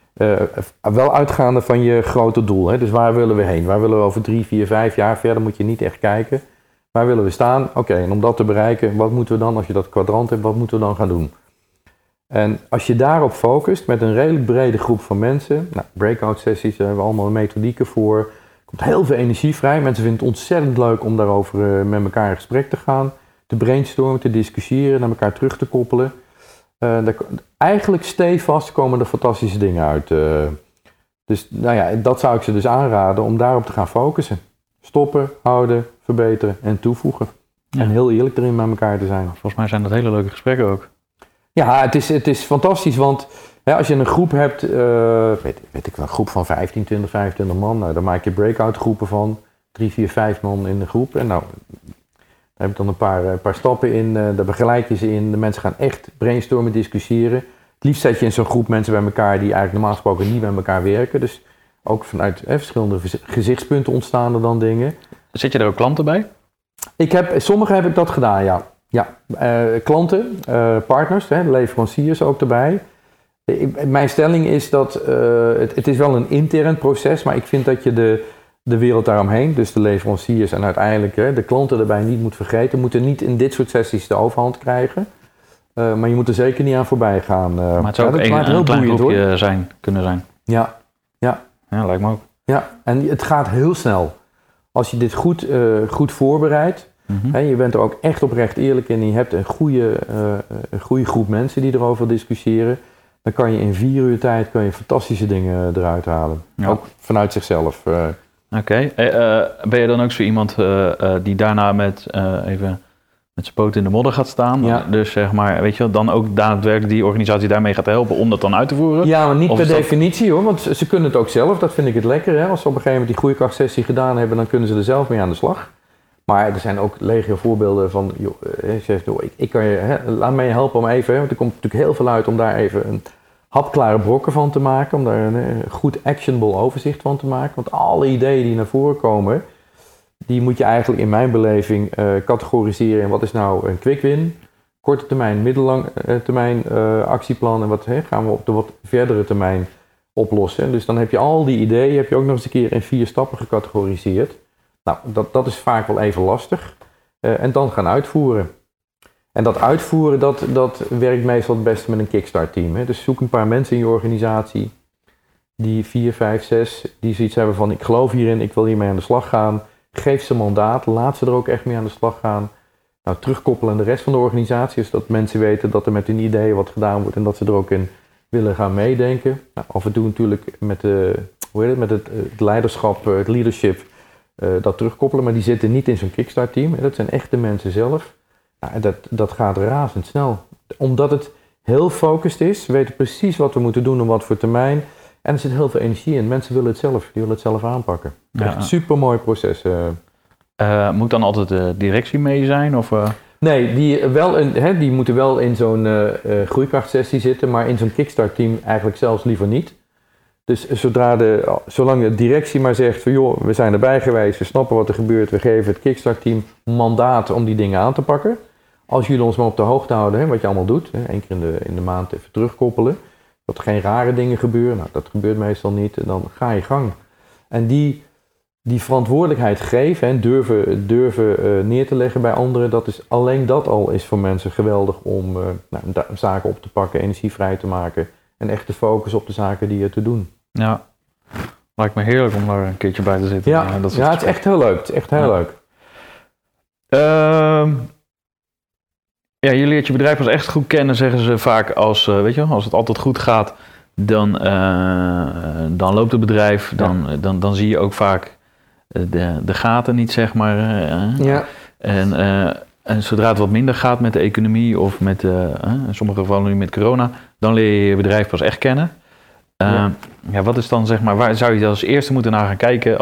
Wel uitgaande van je grote doel. Hè? Dus waar willen we heen? Waar willen we over 3, 4, 5 jaar? Verder moet je niet echt kijken. Waar willen we staan? Oké, en om dat te bereiken, wat moeten we dan, als je dat kwadrant hebt, wat moeten we dan gaan doen? En als je daarop focust met een redelijk brede groep van mensen, breakout sessies, daar hebben we allemaal methodieken voor. Er komt heel veel energie vrij. Mensen vinden het ontzettend leuk om daarover met elkaar in gesprek te gaan, te brainstormen, te discussiëren, naar elkaar terug te koppelen. Eigenlijk stevast komen er fantastische dingen uit. Dus dat zou ik ze dus aanraden om daarop te gaan focussen. Stoppen, houden, verbeteren en toevoegen. Ja. En heel eerlijk erin met elkaar te zijn. Volgens mij zijn dat hele leuke gesprekken ook. Ja, het is fantastisch, want als je een groep hebt, weet ik wel, een groep van 15, 20, 25 man, dan maak je breakout groepen van 3, 4, 5 man in de groep. En daar heb ik dan een paar stappen in, daar begeleid je ze in. De mensen gaan echt brainstormen, discussiëren. Het liefst zet je in zo'n groep mensen bij elkaar die eigenlijk normaal gesproken niet bij elkaar werken. Dus ook vanuit verschillende gezichtspunten ontstaan er dan dingen. Zet je daar ook klanten bij? Sommige heb ik dat gedaan, ja. Ja, klanten, partners, leveranciers ook erbij. Mijn stelling is dat het is wel een intern proces, maar ik vind dat je de wereld daaromheen, dus de leveranciers en uiteindelijk de klanten erbij niet moet vergeten, moeten niet in dit soort sessies de overhand krijgen. Maar je moet er zeker niet aan voorbij gaan. Maar het zou ook een klein groepje kunnen zijn. Ja. Ja, lijkt me ook. Ja, en het gaat heel snel. Als je dit goed voorbereidt, je bent er ook echt oprecht eerlijk in en je hebt een goede groep mensen die erover discussiëren, dan kan je in 4 uur tijd fantastische dingen eruit halen. Ja. Ook vanuit zichzelf. Oké. Ben je dan ook zo iemand die daarna met zijn poot in de modder gaat staan? Ja. Dus zeg maar, weet je, dan ook daadwerkelijk die organisatie daarmee gaat helpen om dat dan uit te voeren? Ja, maar niet per definitie hoor, want ze kunnen het ook zelf. Dat vind ik het lekker. Hè? Als ze op een gegeven moment die groeikrachtsessie gedaan hebben, dan kunnen ze er zelf mee aan de slag. Maar er zijn ook legio voorbeelden van, ik kan je, laat mij helpen om even, want er komt natuurlijk heel veel uit om daar even een hapklare brokken van te maken, om daar een goed actionable overzicht van te maken. Want alle ideeën die naar voren komen, die moet je eigenlijk in mijn beleving categoriseren in wat is nou een quick win, korte termijn, middellange termijn actieplan en wat gaan we op de wat verdere termijn oplossen. Dus dan heb je al die ideeën, heb je ook nog eens een keer in 4 stappen gecategoriseerd. Nou, dat is vaak wel even lastig. En dan gaan uitvoeren. En dat uitvoeren, dat werkt meestal het beste met een kickstart team. Hè. Dus zoek een paar mensen in je organisatie, die 4, 5, 6, die zoiets hebben van ik geloof hierin, ik wil hiermee aan de slag gaan. Geef ze mandaat, laat ze er ook echt mee aan de slag gaan. Nou, terugkoppelen aan de rest van de organisatie, zodat mensen weten dat er met hun ideeën wat gedaan wordt en dat ze er ook in willen gaan meedenken. Nou, af en toe natuurlijk met het leiderschap, het leadership, dat terugkoppelen, maar die zitten niet in zo'n kickstart team. Dat zijn echt de mensen zelf. Nou, dat gaat razendsnel. Omdat het heel focused is, we weten precies wat we moeten doen en wat voor termijn. En er zit heel veel energie in. Mensen willen het zelf, die willen het zelf aanpakken. Echt een supermooi proces. Moet dan altijd de directie mee zijn? Of, Nee, die moeten wel in zo'n groeikrachtsessie zitten, maar in zo'n kickstart team eigenlijk zelfs liever niet. Dus zolang de directie maar zegt van joh, we zijn erbij geweest, we snappen wat er gebeurt, we geven het kickstart team mandaat om die dingen aan te pakken. Als jullie ons maar op de hoogte houden, wat je allemaal doet, 1 keer in de maand even terugkoppelen, dat er geen rare dingen gebeuren, nou dat gebeurt meestal niet, en dan ga je gang. En die verantwoordelijkheid geven en durven neer te leggen bij anderen, alleen dat al is voor mensen geweldig om zaken op te pakken, energie vrij te maken. En echt te focussen op de zaken die je te doen. Ja, lijkt me heerlijk om daar een keertje bij te zitten. Ja, het is echt heel leuk. Het is echt heel leuk. Je leert je bedrijf pas echt goed kennen, zeggen ze vaak, als het altijd goed gaat, dan loopt het bedrijf. Dan zie je ook vaak de gaten niet, zeg maar. Ja. En zodra het wat minder gaat met de economie of met, in sommige gevallen nu met corona, dan leer je je bedrijf pas echt kennen. Wat is dan, zeg maar, waar zou je als eerste moeten naar gaan kijken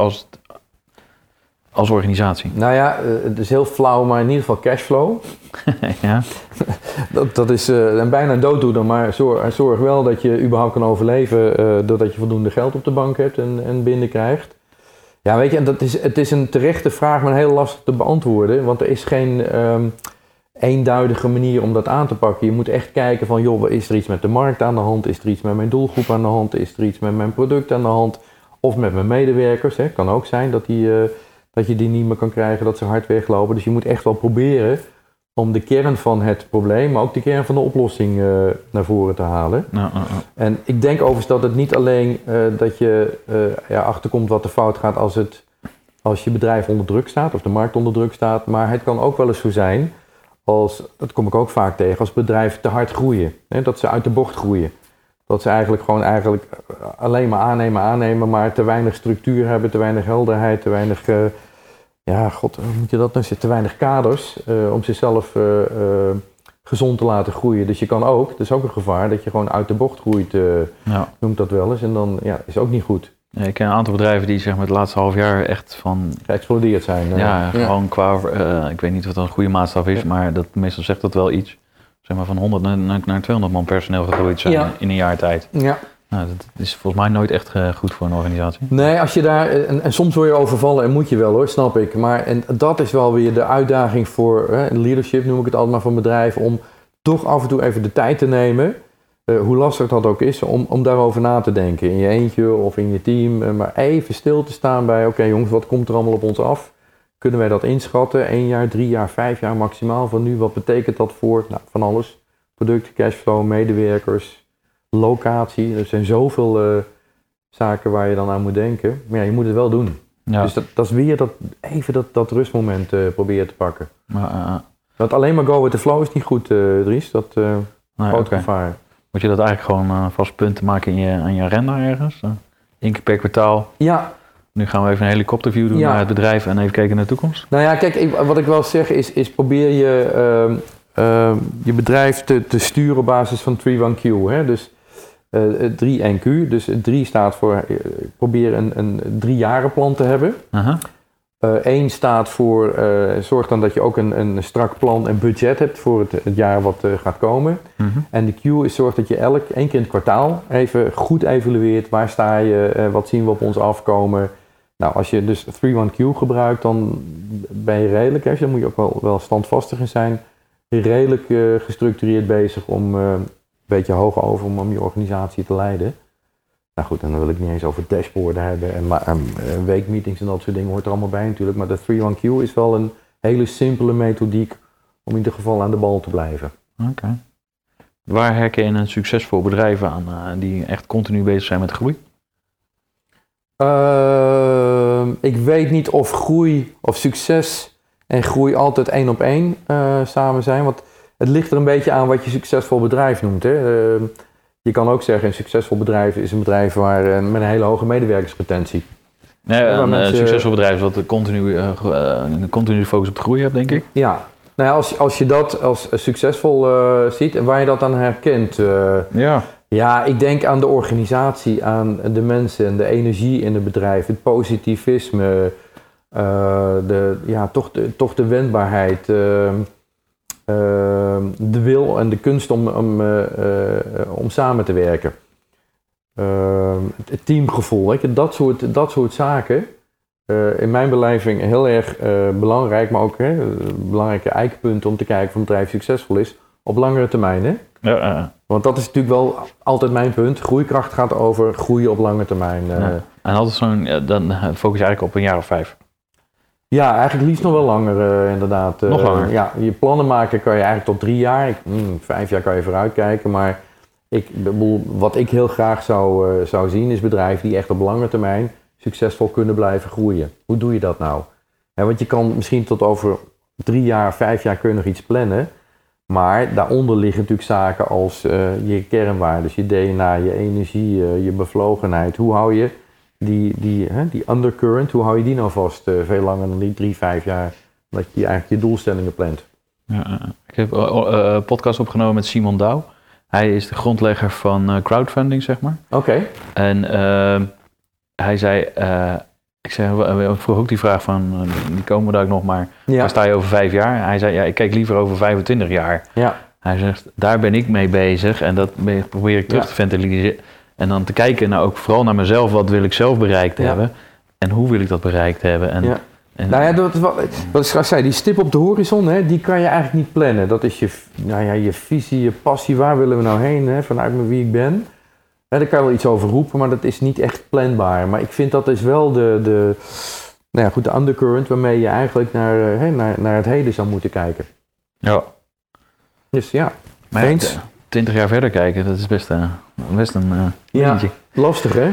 als organisatie? Nou ja, het is heel flauw, maar in ieder geval cashflow. Ja. dat is bijna dooddoener, maar zorg wel dat je überhaupt kan overleven doordat je voldoende geld op de bank hebt en binnenkrijgt. Ja, weet je, en het is een terechte vraag, maar heel lastig te beantwoorden. Want er is geen eenduidige manier om dat aan te pakken. Je moet echt kijken van, joh, is er iets met de markt aan de hand? Is er iets met mijn doelgroep aan de hand? Is er iets met mijn product aan de hand? Of met mijn medewerkers? Hè? Kan ook zijn dat je die niet meer kan krijgen, dat ze hard weglopen. Dus je moet echt wel proberen om de kern van het probleem, maar ook de kern van de oplossing naar voren te halen. En ik denk overigens dat het niet alleen dat je achterkomt wat er fout gaat als je bedrijf onder druk staat of de markt onder druk staat, maar het kan ook wel eens zo zijn, dat kom ik ook vaak tegen, als bedrijven te hard groeien. Hè, dat ze uit de bocht groeien. Dat ze eigenlijk alleen maar aannemen, maar te weinig structuur hebben, te weinig helderheid, te weinig... hoe moet je dat nou zeggen? Te weinig kaders om zichzelf gezond te laten groeien. Dus je kan ook, dat is ook een gevaar, dat je gewoon uit de bocht groeit, noemt dat wel eens. En dan is ook niet goed. Ja, ik ken een aantal bedrijven die zeg maar het laatste half jaar echt van... geëxplodeerd zijn. Gewoon qua, ik weet niet wat een goede maatstaf is, maar meestal zegt dat wel iets. Zeg maar van 100 naar 200 man personeel gegroeid zijn in een jaar tijd. Ja. Nou, dat is volgens mij nooit echt goed voor een organisatie. Nee, als je daar... En soms word je overvallen en moet je wel hoor, snap ik. En dat is wel weer de uitdaging voor leadership, noem ik het altijd maar, van bedrijven, om toch af en toe even de tijd te nemen. hoe lastig dat ook is, om daarover na te denken. In je eentje of in je team. Maar even stil te staan bij, oké jongens, wat komt er allemaal op ons af? Kunnen wij dat inschatten? 1 jaar, 3 jaar, 5 jaar maximaal van nu. Wat betekent dat voor? Nou, van alles. Producten, cashflow, medewerkers, locatie. Er zijn zoveel zaken waar je dan aan moet denken. Maar ja, je moet het wel doen. Ja. Dus dat is weer dat rustmoment proberen te pakken. Want alleen maar go with the flow is niet goed, Dries. Dat groot gevaar. Moet je dat eigenlijk gewoon vast punten maken aan je agenda ergens? 1 keer per kwartaal? Ja. Nu gaan we even een helikopterview doen naar het bedrijf en even kijken naar de toekomst. Nou ja, kijk, wat ik wel zeg is probeer je bedrijf te sturen op basis van 3-1-Q. Hè? Dus 3-1-Q. Dus 3 staat voor probeer een 3-jarenplan te hebben. 1 staat voor zorg dan dat je ook een strak plan en budget hebt voor het jaar wat gaat komen. En de Q is zorg dat je 1 keer in het kwartaal even goed evalueert. Waar sta je? Wat zien we op ons afkomen? Nou, als je dus 3-1-Q gebruikt, dan ben je redelijk, hè, dan moet je ook wel standvastig in zijn, redelijk gestructureerd bezig om een beetje hoog over om je organisatie te leiden. Nou goed, en dan wil ik niet eens over dashboarden hebben en weekmeetings en dat soort dingen hoort er allemaal bij natuurlijk. Maar de 3-1-Q is wel een hele simpele methodiek om in ieder geval aan de bal te blijven. Oké. Waar herken je een succesvol bedrijf aan die echt continu bezig zijn met groei? Ik weet niet of groei of succes en groei altijd 1 op 1 samen zijn. Want het ligt er een beetje aan wat je succesvol bedrijf noemt. Hè. Je kan ook zeggen, een succesvol bedrijf is een bedrijf met een hele hoge medewerkersretentie. Nee, een succesvol bedrijf is wat continu focus op de groei hebt, denk ik. Ja, nou ja, als je dat als succesvol ziet en waar je dat aan herkent. Ja, ik denk aan de organisatie, aan de mensen en de energie in het bedrijf, het positivisme, toch de wendbaarheid, de wil en de kunst om samen te werken. Het teamgevoel, weet je, dat soort zaken. In mijn beleving heel erg belangrijk, maar ook belangrijke eikpunten om te kijken of een bedrijf succesvol is op langere termijn. Hè? Want dat is natuurlijk wel altijd mijn punt. Groeikracht gaat over groeien op lange termijn. En altijd dan focus je eigenlijk op een jaar of 5. Ja, eigenlijk liefst nog wel langer inderdaad. Nog langer? Ja, je plannen maken kan je eigenlijk tot 3 jaar. 5 jaar kan je vooruitkijken. Maar wat ik heel graag zou zien is bedrijven die echt op lange termijn succesvol kunnen blijven groeien. Hoe doe je dat nou? Want je kan misschien tot over 3 jaar, 5 jaar kun je nog iets plannen. Maar daaronder liggen natuurlijk zaken als je kernwaarden, je DNA, je energie, je bevlogenheid. Hoe hou je die undercurrent, hoe hou je die nou vast veel langer dan die 3, 5 jaar dat je eigenlijk je doelstellingen plant? Ik heb een podcast opgenomen met Simon Douw. Hij is de grondlegger van crowdfunding, zeg maar. Oké. En hij zei, ik vroeg ook die vraag van, die komen daar ook nog maar, waar sta je over 5 jaar? Hij zei, ik kijk liever over 25 jaar. Ja. Hij zegt, daar ben ik mee bezig en dat probeer ik terug te ventileren. En dan te kijken naar ook vooral naar mezelf, wat wil ik zelf bereikt hebben en hoe wil ik dat bereikt hebben. En nou ja, dat is wat ik straks zei, die stip op de horizon, hè, die kan je eigenlijk niet plannen. Dat is je visie, je passie, waar willen we nou heen, hè, vanuit wie ik ben. Daar kan je wel iets over roepen, maar dat is niet echt planbaar. Maar ik vind dat is wel de undercurrent waarmee je eigenlijk naar het heden zou moeten kijken. Ja. Dus ja, maar eens. 20 jaar verder kijken, dat is best een dingetje. Lastig hè?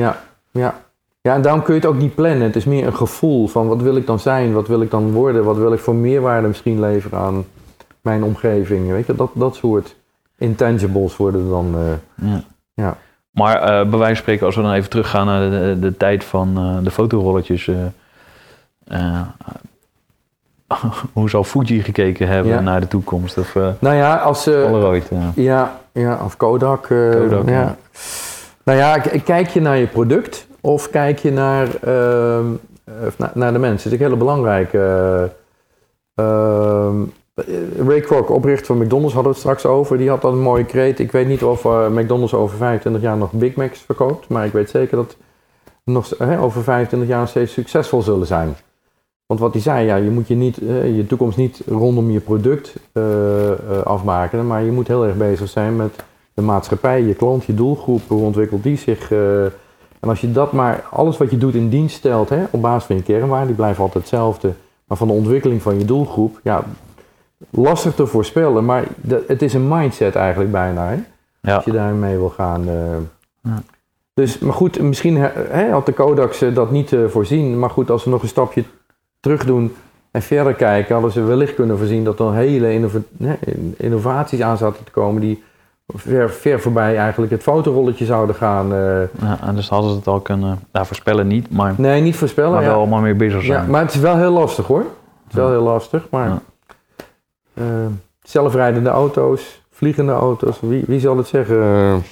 Ja, en daarom kun je het ook niet plannen. Het is meer een gevoel van wat wil ik dan zijn, wat wil ik dan worden, wat wil ik voor meerwaarde misschien leveren aan mijn omgeving. Weet je, dat soort intangibles worden dan. Ja. Maar bij wijze van spreken, als we dan even teruggaan naar de tijd van de fotorolletjes. Hoe zal Fuji gekeken hebben naar de toekomst? Of Polaroid? Of Kodak. Kodak ja. Nou ja, kijk je naar je product of kijk je naar de mensen? Dat is natuurlijk heel belangrijk. Ray Kroc, oprichter van McDonald's, hadden we het straks over. Die had dan een mooie kreet. Ik weet niet of McDonald's over 25 jaar nog Big Macs verkoopt. Maar ik weet zeker dat over 25 jaar steeds succesvol zullen zijn. Want wat hij zei, je moet je toekomst niet rondom je product afmaken. Maar je moet heel erg bezig zijn met de maatschappij, je klant, je doelgroep, hoe ontwikkelt die zich? En als je dat maar, alles wat je doet in dienst stelt, hè, op basis van je kernwaarden, die blijven altijd hetzelfde. Maar van de ontwikkeling van je doelgroep, ja, lastig te voorspellen. Maar het is een mindset eigenlijk bijna, hè? Ja. Als je daarmee wil gaan. Ja. Dus, maar goed, misschien had de Codax dat niet voorzien. Maar goed, als we nog een stapje terug doen en verder kijken, hadden ze wellicht kunnen voorzien dat er hele innovaties aan zaten te komen die ver voorbij eigenlijk het fotorolletje zouden gaan. Ja, dus hadden ze het al kunnen voorspellen niet, maar, Nee, niet voorspellen. maar wel ja. allemaal mee bezig zijn. Ja, maar het is wel heel lastig hoor. Het is wel heel lastig, maar zelfrijdende auto's, vliegende auto's, wie zal het zeggen?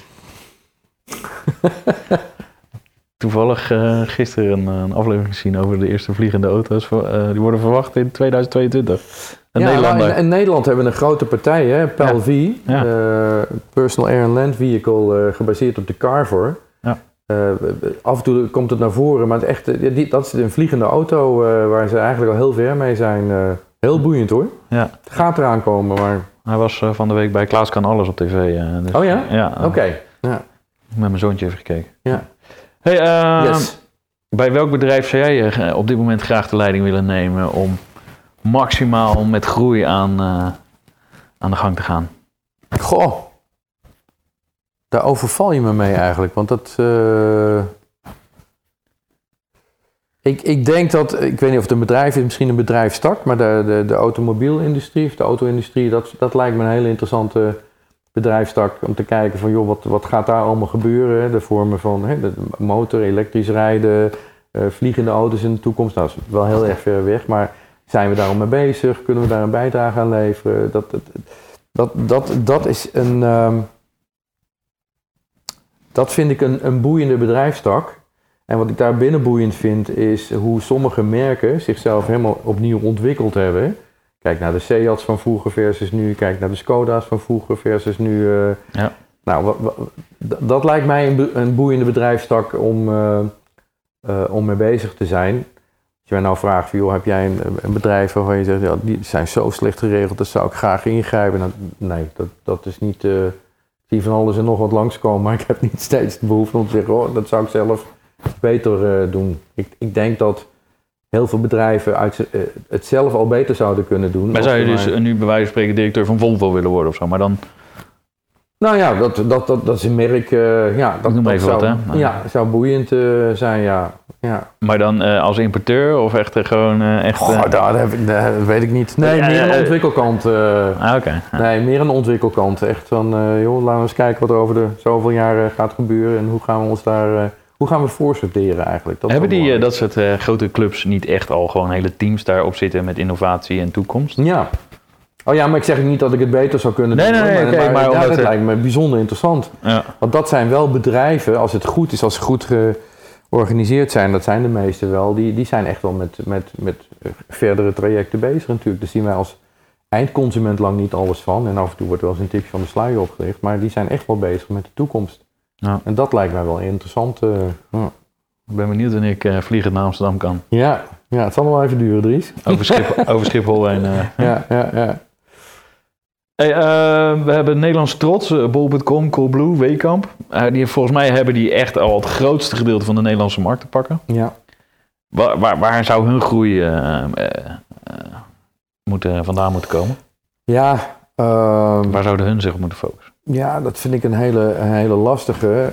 Toevallig gisteren een aflevering gezien over de eerste vliegende auto's. Die worden verwacht in 2022. In Nederland hebben we een grote partij, hè, PAL-V, Personal Air and Land Vehicle, gebaseerd op de Carver. Ja. Af en toe komt het naar voren, maar het dat is een vliegende auto waar ze eigenlijk al heel ver mee zijn. Heel boeiend hoor. Ja. Het gaat eraan komen, maar... Hij was van de week bij Klaas Kan Alles op tv. Dus, oh ja? Ja. Oké. Ja. Met mijn zoontje even gekeken. Ja. Hey, Yes. Bij welk bedrijf zou jij op dit moment graag de leiding willen nemen om maximaal met groei aan de gang te gaan? Goh. Daar overval je me mee eigenlijk, want dat... Ik denk dat, ik weet niet of het een bedrijf is, misschien een bedrijfstak, maar de automobielindustrie of de auto-industrie, dat lijkt me een hele interessante bedrijfstak om te kijken van joh, wat gaat daar allemaal gebeuren? Hè? De vormen van de motor, elektrisch rijden, vliegende auto's in de toekomst. Nou, dat is wel heel erg ver weg, maar zijn we daar al mee bezig? Kunnen we daar een bijdrage aan leveren? Dat is een... dat vind ik een boeiende bedrijfstak. En wat ik daar binnen boeiend vind, is hoe sommige merken zichzelf helemaal opnieuw ontwikkeld hebben. Kijk naar de Seats van vroeger versus nu, kijk naar de Skoda's van vroeger versus nu. Ja. Nou, dat lijkt mij een boeiende bedrijfstak om mee bezig te zijn. Als je mij nou vraagt, joh, heb jij een bedrijf waarvan je zegt, ja, die zijn zo slecht geregeld, dat zou ik graag ingrijpen. Nou, nee, dat is niet... ik zie van alles en nog wat langskomen, maar ik heb niet steeds de behoefte om te zeggen, oh, dat zou ik zelf beter doen. Ik denk dat heel veel bedrijven het zelf al beter zouden kunnen doen. Maar zou je dus nu bij wijze van spreken directeur van Volvo willen worden of zo, maar dan... Nou ja, dat is een merk, dat even zou, wat, hè? Ja, zou boeiend zijn, ja. Maar dan als importeur of echt gewoon echt... Goh, dat weet ik niet. Nee, meer aan de ontwikkelkant. Oké. Nee, meer aan de ontwikkelkant. Echt van, joh, laten we eens kijken wat er over de zoveel jaren gaat gebeuren en hoe gaan we ons daar... Hoe gaan we voorsorteren eigenlijk? Hebben dat soort grote clubs niet echt al gewoon hele teams daarop zitten met innovatie en toekomst? Ja. Oh ja, maar ik zeg niet dat ik het beter zou kunnen doen. Nee, maar dat lijkt me bijzonder interessant. Ja. Want dat zijn wel bedrijven, als het goed is, als ze goed georganiseerd zijn, dat zijn de meeste wel, die zijn echt wel met verdere trajecten bezig natuurlijk. Dus zien wij als eindconsument lang niet alles van. En af en toe wordt wel eens een tipje van de sluier opgericht. Maar die zijn echt wel bezig met de toekomst. Ja. En dat lijkt mij wel interessant. Ik ben benieuwd wanneer ik vliegend naar Amsterdam kan. Ja, het zal nog wel even duren, Dries. Over Schiphol heen. Ja. Hey, we hebben Nederlandse trots, bol.com, Coolblue, Weekamp. Volgens mij hebben die echt al het grootste gedeelte van de Nederlandse markt te pakken. Ja. Waar zou hun groei vandaan moeten komen? Ja. Waar zouden hun zich op moeten focussen? Ja, dat vind ik een hele lastige.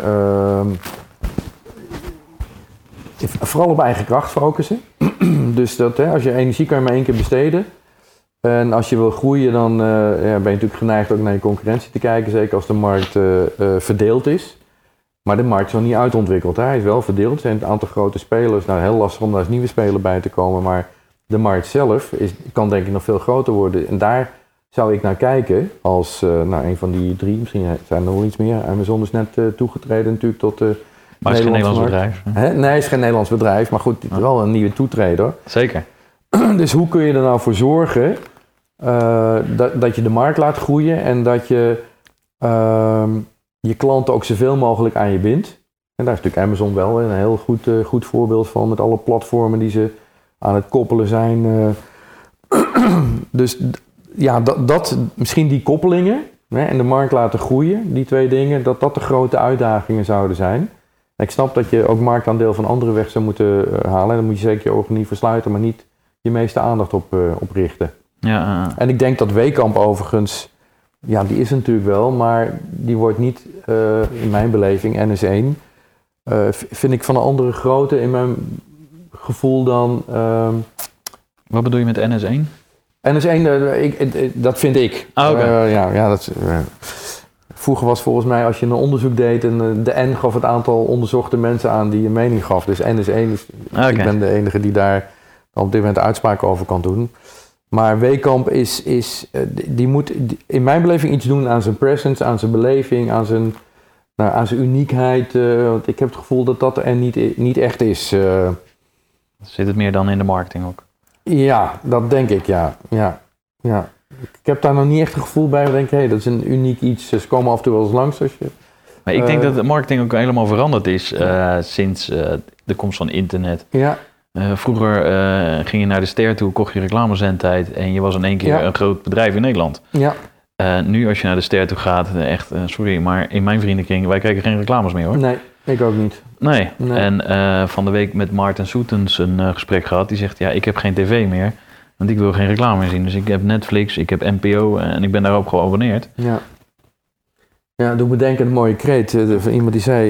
Vooral op eigen kracht focussen. Dus dat, als je energie kan je maar 1 keer besteden. En als je wil groeien, dan ben je natuurlijk geneigd ook naar je concurrentie te kijken. Zeker als de markt verdeeld is. Maar de markt is nog niet uitontwikkeld. Hè? Hij is wel verdeeld. Er zijn een aantal grote spelers. Nou, heel lastig om daar als nieuwe speler bij te komen. Maar de markt zelf kan denk ik nog veel groter worden. En daar zou ik naar kijken als een van die 3. Misschien zijn er nog iets meer. Amazon is net toegetreden natuurlijk tot de maar het is geen Nederlands bedrijf. Nee, het is geen Nederlands bedrijf. Maar goed, het is wel een nieuwe toetreder. Zeker. Dus hoe kun je er nou voor zorgen dat je de markt laat groeien en dat je je klanten ook zoveel mogelijk aan je bindt. En daar is natuurlijk Amazon wel een heel goed voorbeeld van met alle platformen die ze aan het koppelen zijn. Dus ja, misschien die koppelingen en de markt laten groeien, die twee dingen, dat de grote uitdagingen zouden zijn. Ik snap dat je ook marktaandeel van anderen weg zou moeten halen. Dan moet je zeker je ogen niet versluiten, maar niet je meeste aandacht op richten. Ja, En ik denk dat Wekamp overigens, ja, die is er natuurlijk wel, maar die wordt niet, in mijn beleving, NS1, vind ik van een andere grootte in mijn gevoel dan... Wat bedoel je met NS1? NS1, dat vind ik. Okay. Vroeger was volgens mij, als je een onderzoek deed, en de N gaf het aantal onderzochte mensen aan die een mening gaf. Dus NS1, ik ben de enige die daar op dit moment uitspraken over kan doen. Maar Wekamp die moet in mijn beleving iets doen aan zijn presence, aan zijn beleving, aan zijn uniekheid. Want ik heb het gevoel dat dat er niet echt is. Zit het meer dan in de marketing ook? Ja, dat denk ik, ja. Ik heb daar nog niet echt een gevoel bij. Ik denk, dat is een uniek iets. Ze komen af en toe wel eens langs. Maar ik denk dat de marketing ook helemaal veranderd is sinds de komst van internet. Ja. Vroeger ging je naar de ster toe, kocht je reclamezendtijd en je was in één keer een groot bedrijf in Nederland. Ja. Nu als je naar de ster toe gaat, echt, sorry, maar in mijn vriendenkring, wij kijken geen reclames meer hoor. Nee, ik ook niet. Nee. En van de week met Maarten Soetens een gesprek gehad. Die zegt, ik heb geen tv meer, want ik wil geen reclame meer zien. Dus ik heb Netflix, ik heb NPO en ik ben daarop geabonneerd. Ja. Ja, doe me denken aan een mooie kreet. Iemand die zei,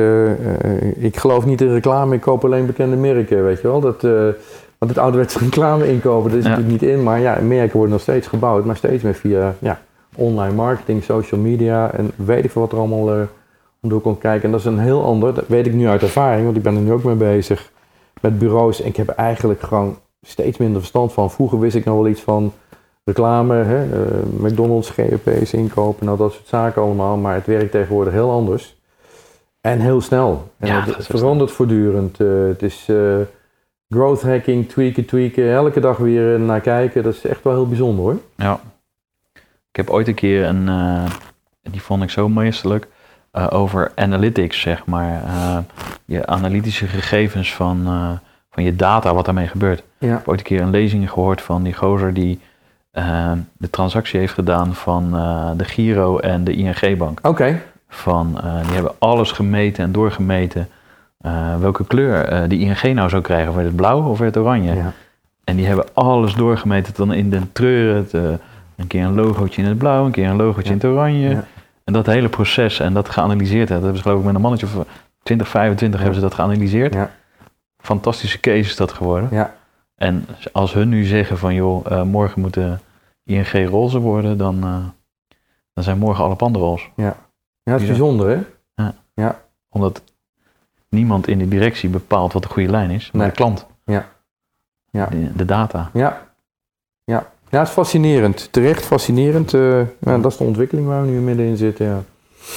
ik geloof niet in reclame, ik koop alleen bekende merken, weet je wel. Want het ouderwetse reclame inkopen, dat is natuurlijk niet in. Maar ja, merken worden nog steeds gebouwd, maar steeds meer via online marketing, social media en weet ik veel wat er allemaal om door kon kijken. En dat is een heel ander, dat weet ik nu uit ervaring, want ik ben er nu ook mee bezig met bureaus. En ik heb er eigenlijk gewoon steeds minder verstand van. Vroeger wist ik nog wel iets van reclame, McDonald's, GOP's inkopen, nou dat soort zaken allemaal. Maar het werkt tegenwoordig heel anders. En heel snel. En het verandert voortdurend. Het is growth hacking, tweaken. Elke dag weer naar kijken. Dat is echt wel heel bijzonder hoor. Ja. Ik heb ooit een keer die vond ik zo meesterlijk, over analytics zeg maar. Je analytische gegevens van je data, wat daarmee gebeurt. Ja. Ik heb ooit een keer een lezing gehoord van die gozer die de transactie heeft gedaan van de Giro en de ING-bank. Oké. Die hebben alles gemeten en doorgemeten welke kleur die ING nou zou krijgen. Werd het blauw of werd het oranje? Ja. En die hebben alles doorgemeten dan in de treuren. Een keer een logootje in het blauw, een keer een logootje in het oranje. Ja. En dat hele proces en dat geanalyseerd. Dat hebben ze geloof ik met een mannetje of 20, 25 hebben ze dat geanalyseerd. Ja. Fantastische case is dat geworden. Ja. En als hun nu zeggen van joh, morgen moeten ING roze worden, dan zijn morgen alle panden roze. Ja, dat is bijzonder hè? Ja. Omdat niemand in de directie bepaalt wat de goede lijn is, maar de klant. Ja. De data. Ja, het is fascinerend. Terecht fascinerend. Dat is de ontwikkeling waar we nu middenin zitten.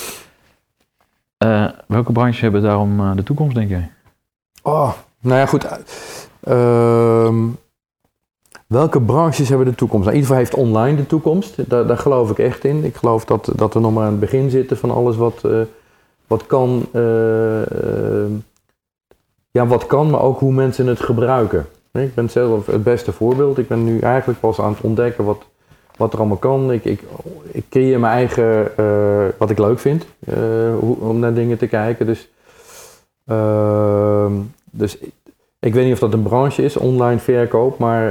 Ja. Welke branches hebben daarom de toekomst, denk jij? Nou ja, goed. Welke branches hebben de toekomst? Nou, in ieder geval heeft online de toekomst. Daar geloof ik echt in. Ik geloof dat we nog maar aan het begin zitten van alles wat kan. Wat kan, maar ook hoe mensen het gebruiken. Ik ben zelf het beste voorbeeld. Ik ben nu eigenlijk pas aan het ontdekken wat er allemaal kan. Ik creëer mijn eigen, wat ik leuk vind, om naar dingen te kijken. Dus ik weet niet of dat een branche is, online verkoop, maar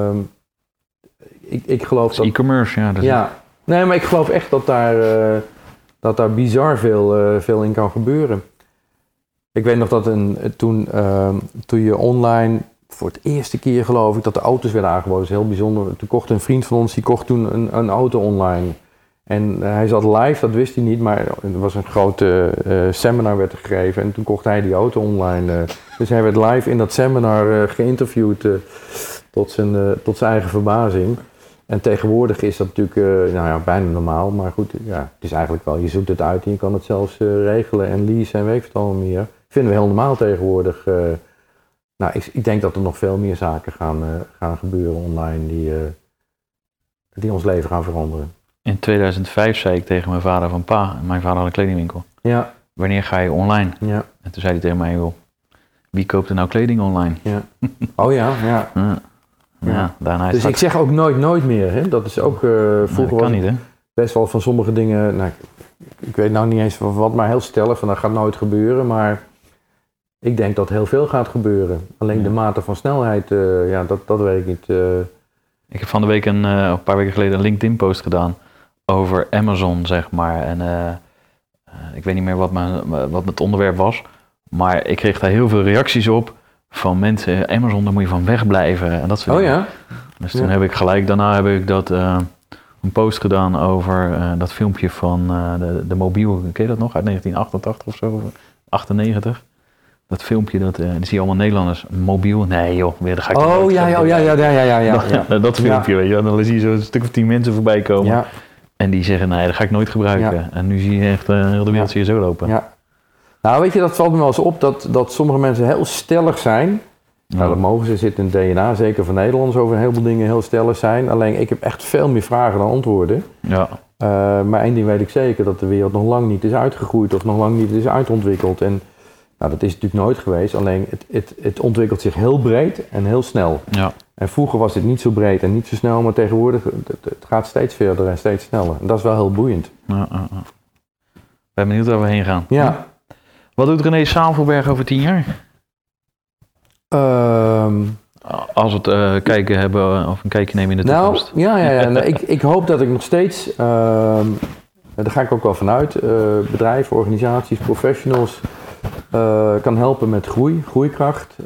ik geloof dat... E-commerce, ja. Nee, maar ik geloof echt dat daar bizar veel in kan gebeuren. Ik weet nog dat toen je online... Voor het eerste keer geloof ik dat de auto's werden aangeboden. Dat is heel bijzonder. Toen kocht een vriend van ons, die kocht toen een auto online. En hij zat live, dat wist hij niet, maar er was een grote seminar werd er gegeven. En toen kocht hij die auto online. Dus hij werd live in dat seminar geïnterviewd tot zijn eigen verbazing. En tegenwoordig is dat natuurlijk bijna normaal. Maar goed, het is eigenlijk wel, je zoekt het uit en je kan het zelfs regelen en leasen en weet ik het allemaal meer. Vinden we heel normaal tegenwoordig. Ik denk dat er nog veel meer zaken gaan gebeuren online die ons leven gaan veranderen. In 2005 zei ik tegen mijn vader van pa, mijn vader had een kledingwinkel. Ja. Wanneer ga je online? Ja. En toen zei hij tegen mij, joh, wie koopt er nou kleding online? Ja. Oh ja. Ja, daarna is dus ik zeg ook nooit meer, hè. Dat is ook vroeger. Dat kan niet, hè? best wel van sommige dingen, nou, ik weet nou niet eens wat, maar heel stellig van dat gaat nooit gebeuren. Maar ik denk dat heel veel gaat gebeuren. Alleen de mate van snelheid, dat weet ik niet. Ik heb van de week een paar weken geleden een LinkedIn-post gedaan over Amazon, zeg maar. En ik weet niet meer wat het onderwerp was. Maar ik kreeg daar heel veel reacties op van mensen. Amazon, daar moet je van wegblijven. En dat soort dingen. Ja? Dus toen heb ik gelijk, daarna heb ik dat een post gedaan over dat filmpje van de mobiel. Ken je dat nog? Uit 1988 of zo? 98. Dat filmpje, dat zie je allemaal Nederlanders. Mobiel? Nee joh, weer, daar ga ik ja. Dat filmpje, weet je. Dan zie je zo een stuk of 10 mensen voorbij komen. Ja. En die zeggen, nee, dat ga ik nooit gebruiken. Ja. En nu zie je echt heel de wereld zie je zo lopen. Ja. Nou, weet je, dat valt me wel eens op dat sommige mensen heel stellig zijn. Ja. Nou, dat mogen ze, zit in het DNA, zeker van Nederlanders, over een heleboel dingen heel stellig zijn. Alleen, ik heb echt veel meer vragen dan antwoorden. Ja. Maar één ding weet ik zeker, dat de wereld nog lang niet is uitgegroeid of nog lang niet is uitontwikkeld. En nou, dat is natuurlijk nooit geweest, alleen het ontwikkelt zich heel breed en heel snel. Ja. En vroeger was het niet zo breed en niet zo snel, maar tegenwoordig het gaat steeds verder en steeds sneller. En dat is wel heel boeiend. Ik ben benieuwd waar we heen gaan. Ja. Wat doet René Savelberg over 10 jaar? Als we het kijken hebben of een kijkje nemen in de toekomst. Ik hoop dat ik nog steeds, daar ga ik ook wel vanuit, bedrijven, organisaties, professionals kan helpen met groeikracht.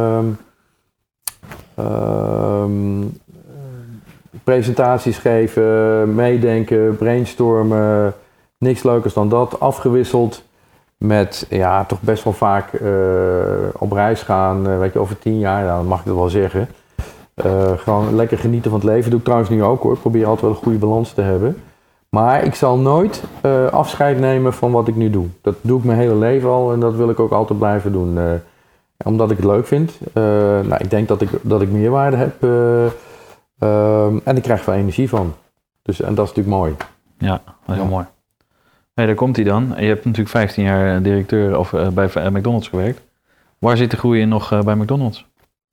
Presentaties geven, meedenken, brainstormen, niks leukers dan dat, afgewisseld met toch best wel vaak op reis gaan, weet je, over 10 jaar, dan mag ik dat wel zeggen. Gewoon lekker genieten van het leven, doe ik trouwens nu ook hoor, ik probeer altijd wel een goede balans te hebben. Maar ik zal nooit afscheid nemen van wat ik nu doe. Dat doe ik mijn hele leven al en dat wil ik ook altijd blijven doen. Omdat ik het leuk vind. Ik denk dat ik meerwaarde heb. En ik krijg veel energie van. Dus, en dat is natuurlijk mooi. Ja, dat is heel mooi. Hey, daar komt hij dan. Je hebt natuurlijk 15 jaar directeur of bij McDonald's gewerkt. Waar zit de groei in nog bij McDonald's?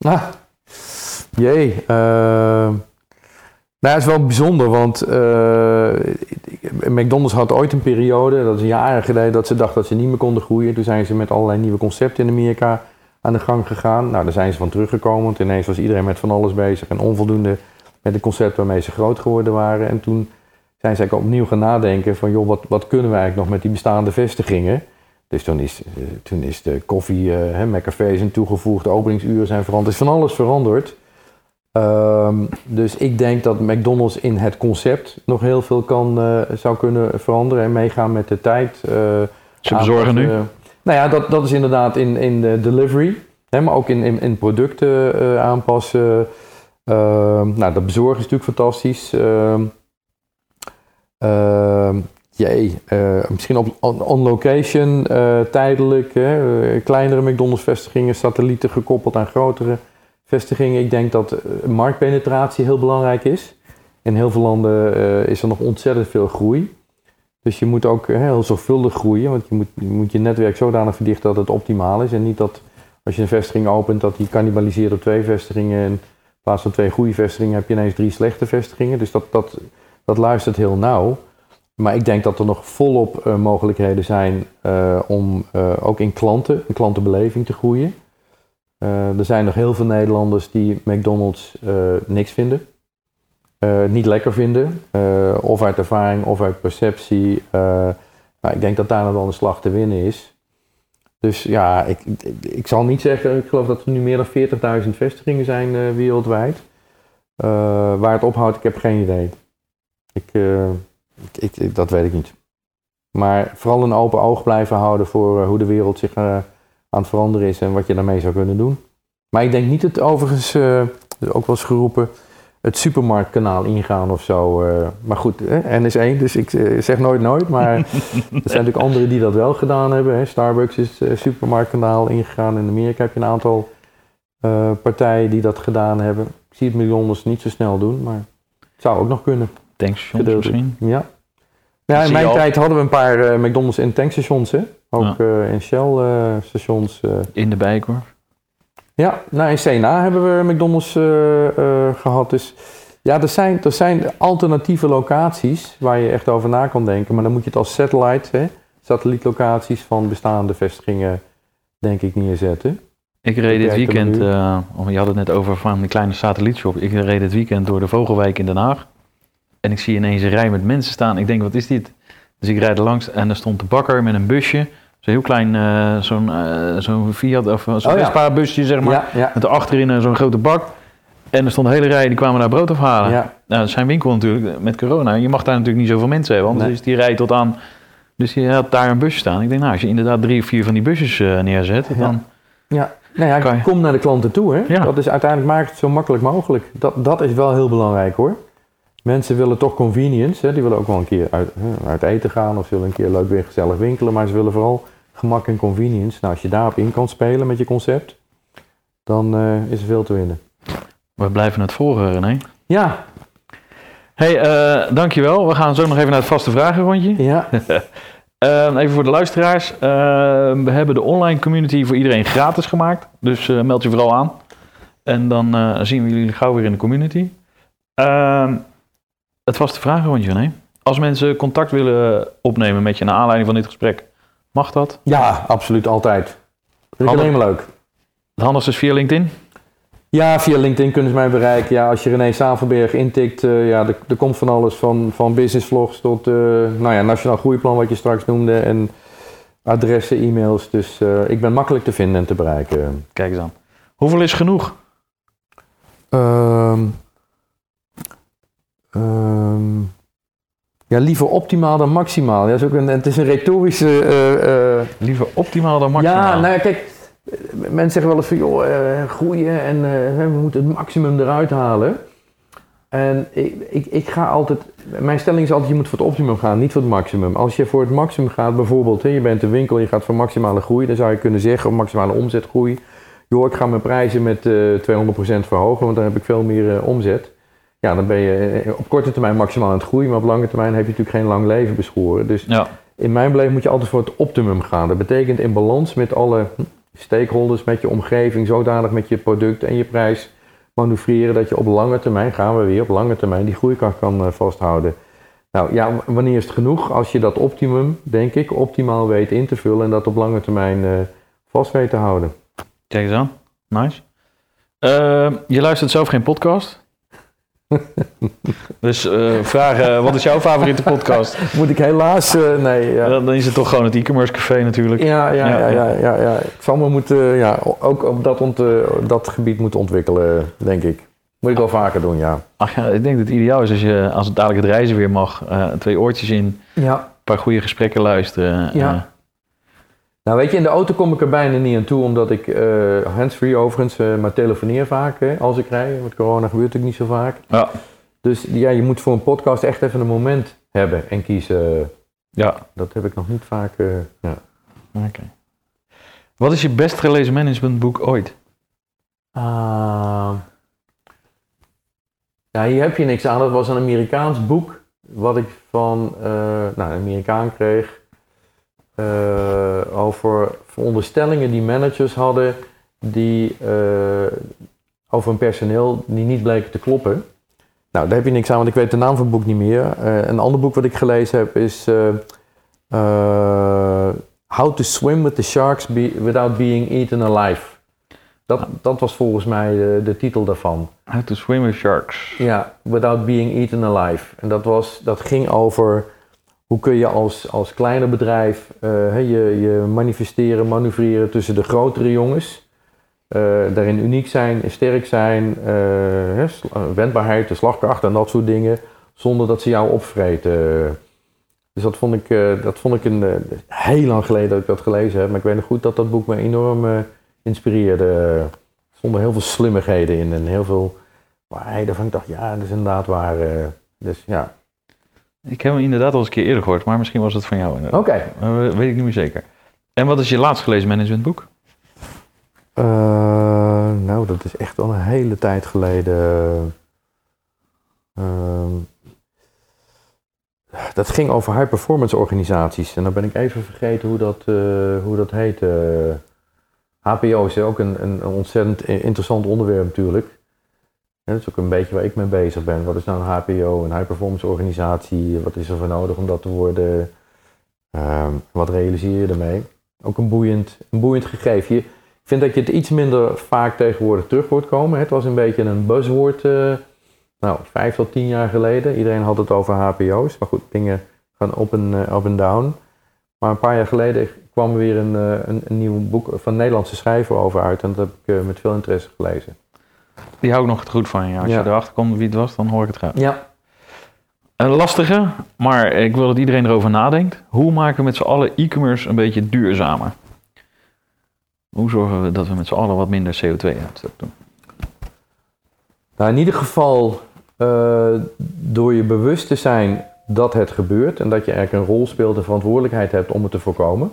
Nou, het is wel bijzonder, want McDonald's had ooit een periode, dat is jaren geleden, dat ze dachten dat ze niet meer konden groeien. Toen zijn ze met allerlei nieuwe concepten in Amerika aan de gang gegaan. Nou, daar zijn ze van teruggekomen, want ineens was iedereen met van alles bezig en onvoldoende met het concept waarmee ze groot geworden waren. En toen zijn ze opnieuw gaan nadenken van, joh, wat kunnen we eigenlijk nog met die bestaande vestigingen? Dus toen is de koffie, McCafé zijn toegevoegd, de openingsuren zijn veranderd, is van alles veranderd. Dus ik denk dat McDonald's in het concept nog heel veel zou kunnen veranderen en meegaan met de tijd. Ze bezorgen nu? Dat is inderdaad in de delivery, maar ook in producten aanpassen. Dat bezorgen is natuurlijk fantastisch. Misschien on location, tijdelijk, kleinere McDonald's vestigingen, satellieten gekoppeld aan grotere vestigingen. Ik denk dat marktpenetratie heel belangrijk is. In heel veel landen is er nog ontzettend veel groei. Dus je moet ook heel zorgvuldig groeien, want je moet je netwerk zodanig verdichten dat het optimaal is. En niet dat als je een vestiging opent, dat die cannibaliseert op 2 vestigingen. En in plaats van 2 goede vestigingen heb je ineens 3 slechte vestigingen. Dus dat luistert heel nauw. Maar ik denk dat er nog volop mogelijkheden zijn om ook in klantenbeleving te groeien. Er zijn nog heel veel Nederlanders die McDonald's niks vinden. Niet lekker vinden. Of uit ervaring of uit perceptie. Maar ik denk dat daar nog wel een slag te winnen is. Dus ja, ik zal niet zeggen, ik geloof dat er nu meer dan 40.000 vestigingen zijn wereldwijd. Waar het ophoudt, ik heb geen idee. Dat weet ik niet. Maar vooral een open oog blijven houden voor hoe de wereld zich aan het veranderen is en wat je daarmee zou kunnen doen. Maar ik denk niet het overigens, ook wel eens geroepen, het supermarktkanaal ingaan of zo. Maar goed, N is 1, dus ik zeg nooit. Maar er zijn natuurlijk anderen die dat wel gedaan hebben. Starbucks is supermarktkanaal ingegaan. In Amerika heb je een aantal partijen die dat gedaan hebben. Ik zie het McDonald's niet zo snel doen, maar het zou ook nog kunnen. Tankstations misschien? Ja. Ja, in mijn tijd hadden we een paar McDonald's in tankstations, hè? Ook in Shell stations. In de Bijenkorf? Ja, in CNA hebben we McDonald's gehad. Dus Ja, er zijn alternatieve locaties waar je echt over na kan denken. Maar dan moet je het als satellietlocaties van bestaande vestigingen, denk ik, neerzetten. Ik reed dit weekend, je had het net over van die kleine satellietshop. Ik reed dit weekend door de Vogelwijk in Den Haag. En ik zie ineens een rij met mensen staan. Ik denk, wat is dit? Dus ik rijd er langs en er stond de bakker met een busje. Zo'n heel klein, zo'n Fiat of zo'n Vespa busje, zeg maar. Ja. Met achterin zo'n grote bak. En er stond een hele rij, die kwamen daar brood afhalen. Ja. Nou, zijn winkel natuurlijk, met corona. Je mag daar natuurlijk niet zoveel mensen hebben, anders is die rij tot aan. Dus je had daar een busje staan. Ik denk, nou, als je inderdaad 3 of 4 van die busjes neerzet, dan... Ja. Nou ja, kom naar de klanten toe, hè. Ja. Dat is uiteindelijk, maakt het zo makkelijk mogelijk. Dat is wel heel belangrijk, hoor. Mensen willen toch convenience, hè. Die willen ook wel een keer uit eten gaan of ze willen een keer leuk weer gezellig winkelen, maar ze willen vooral gemak en convenience. Nou, als je daarop in kan spelen met je concept, dan is er veel te winnen. We blijven het volgen, René. Ja. Hey, dankjewel. We gaan zo nog even naar het vaste vragenrondje. Ja. Even voor de luisteraars. We hebben de online community voor iedereen gratis gemaakt. Dus meld je vooral aan. En dan zien we jullie gauw weer in de community. Het vaste vragenrondje, René. Als mensen contact willen opnemen met je naar aanleiding van dit gesprek, mag dat? Ja, absoluut, altijd. Dat is alleen maar leuk. Het handigste is via LinkedIn? Ja, via LinkedIn kunnen ze mij bereiken. Ja, als je René Savelberg intikt, er komt van alles van business vlogs tot Nationaal Groeiplan wat je straks noemde en adressen, e-mails. Dus ik ben makkelijk te vinden en te bereiken. Kijk eens aan. Hoeveel is genoeg? Liever optimaal dan maximaal. Ja, het is een retorische... Liever optimaal dan maximaal? Ja, nou ja, kijk... Mensen zeggen wel eens van, joh, groeien en we moeten het maximum eruit halen. En ik ga altijd, mijn stelling is altijd, je moet voor het optimum gaan, niet voor het maximum. Als je voor het maximum gaat, bijvoorbeeld, je bent een winkel, je gaat voor maximale groei, dan zou je kunnen zeggen, maximale omzetgroei. Joh, ik ga mijn prijzen met 200% verhogen, want dan heb ik veel meer omzet. Ja, dan ben je op korte termijn maximaal aan het groeien, maar op lange termijn heb je natuurlijk geen lang leven beschoren. Dus in mijn beleving moet je altijd voor het optimum gaan. Dat betekent in balans met alle stakeholders, met je omgeving, zodanig met je product en je prijs manoeuvreren dat je op lange termijn die groeikracht kan vasthouden. Nou ja, wanneer is het genoeg? Als je dat optimum, denk ik, optimaal weet in te vullen en dat op lange termijn vast weet te houden. Kijk eens aan. Nice. Je luistert zelf geen podcast? Dus vragen, wat is jouw favoriete podcast? Moet ik helaas, nee. Ja. Dan is het toch gewoon het e-commerce café natuurlijk. Ja. Ik zal me moeten, ook op dat gebied moeten ontwikkelen, denk ik. Moet ik wel vaker doen, ja. Ach ja, ik denk dat het ideaal is als het dadelijk het reizen weer mag, 2 oortjes in, een paar goede gesprekken luisteren. Ja. Nou weet je, in de auto kom ik er bijna niet aan toe, omdat ik handsfree overigens, maar telefoneer vaak als ik rij. Met corona gebeurt het niet zo vaak. Ja. Dus ja, je moet voor een podcast echt even een moment hebben en kiezen. Ja. Dat heb ik nog niet vaak. Oké. Wat is je best gelezen managementboek ooit? Ja, hier heb je niks aan. Dat was een Amerikaans boek wat ik van een Amerikaan kreeg. Over veronderstellingen die managers hadden die over een personeel die niet bleken te kloppen. Nou, daar heb je niks aan, want ik weet de naam van het boek niet meer. Een ander boek wat ik gelezen heb is How to Swim with the Sharks Without Being Eaten Alive. Dat was volgens mij de titel daarvan. How to Swim with Sharks. Ja, Without Being Eaten Alive. En dat ging over hoe kun je als kleiner bedrijf je manifesteren, manoeuvreren tussen de grotere jongens. Daarin uniek zijn, sterk zijn, wendbaarheid, de slagkracht en dat soort dingen, zonder dat ze jou opvreten. Dus dat vond ik heel lang geleden dat ik dat gelezen heb, maar ik weet nog goed dat dat boek me enorm inspireerde. Er stonden heel veel slimmigheden in en heel veel waarheden van ik dacht, ja, dat is inderdaad waar. Dus ja. Ik heb hem inderdaad al eens een keer eerder gehoord, maar misschien was het van jou inderdaad. Oké. Weet ik niet meer zeker. En wat is je laatst gelezen managementboek? Nou, dat is echt al een hele tijd geleden. Dat ging over high performance organisaties. En dan ben ik even vergeten hoe dat heet. HPO is ook een ontzettend interessant onderwerp natuurlijk. dat is ook een beetje waar ik mee bezig ben. Wat is nou een HPO, een high performance organisatie? Wat is er voor nodig om dat te worden? Wat realiseer je ermee? Ook een boeiend gegeven. Ik vind dat je het iets minder vaak tegenwoordig terug hoort komen. Het was een beetje een buzzwoord 5 tot 10 jaar geleden. Iedereen had het over HPO's. Maar goed, dingen gaan up en down. Maar een paar jaar geleden kwam er weer een nieuw boek van een Nederlandse schrijver over uit. En dat heb ik met veel interesse gelezen. Die hou ik nog goed van je. Als je erachter komt wie het was, dan hoor ik het graag. Ja. Een lastige, maar ik wil dat iedereen erover nadenkt. Hoe maken we met z'n allen e-commerce een beetje duurzamer? Hoe zorgen we dat we met z'n allen wat minder CO2-uitstoot doen? Nou, in ieder geval door je bewust te zijn dat het gebeurt en dat je eigenlijk een rol speelt en verantwoordelijkheid hebt om het te voorkomen.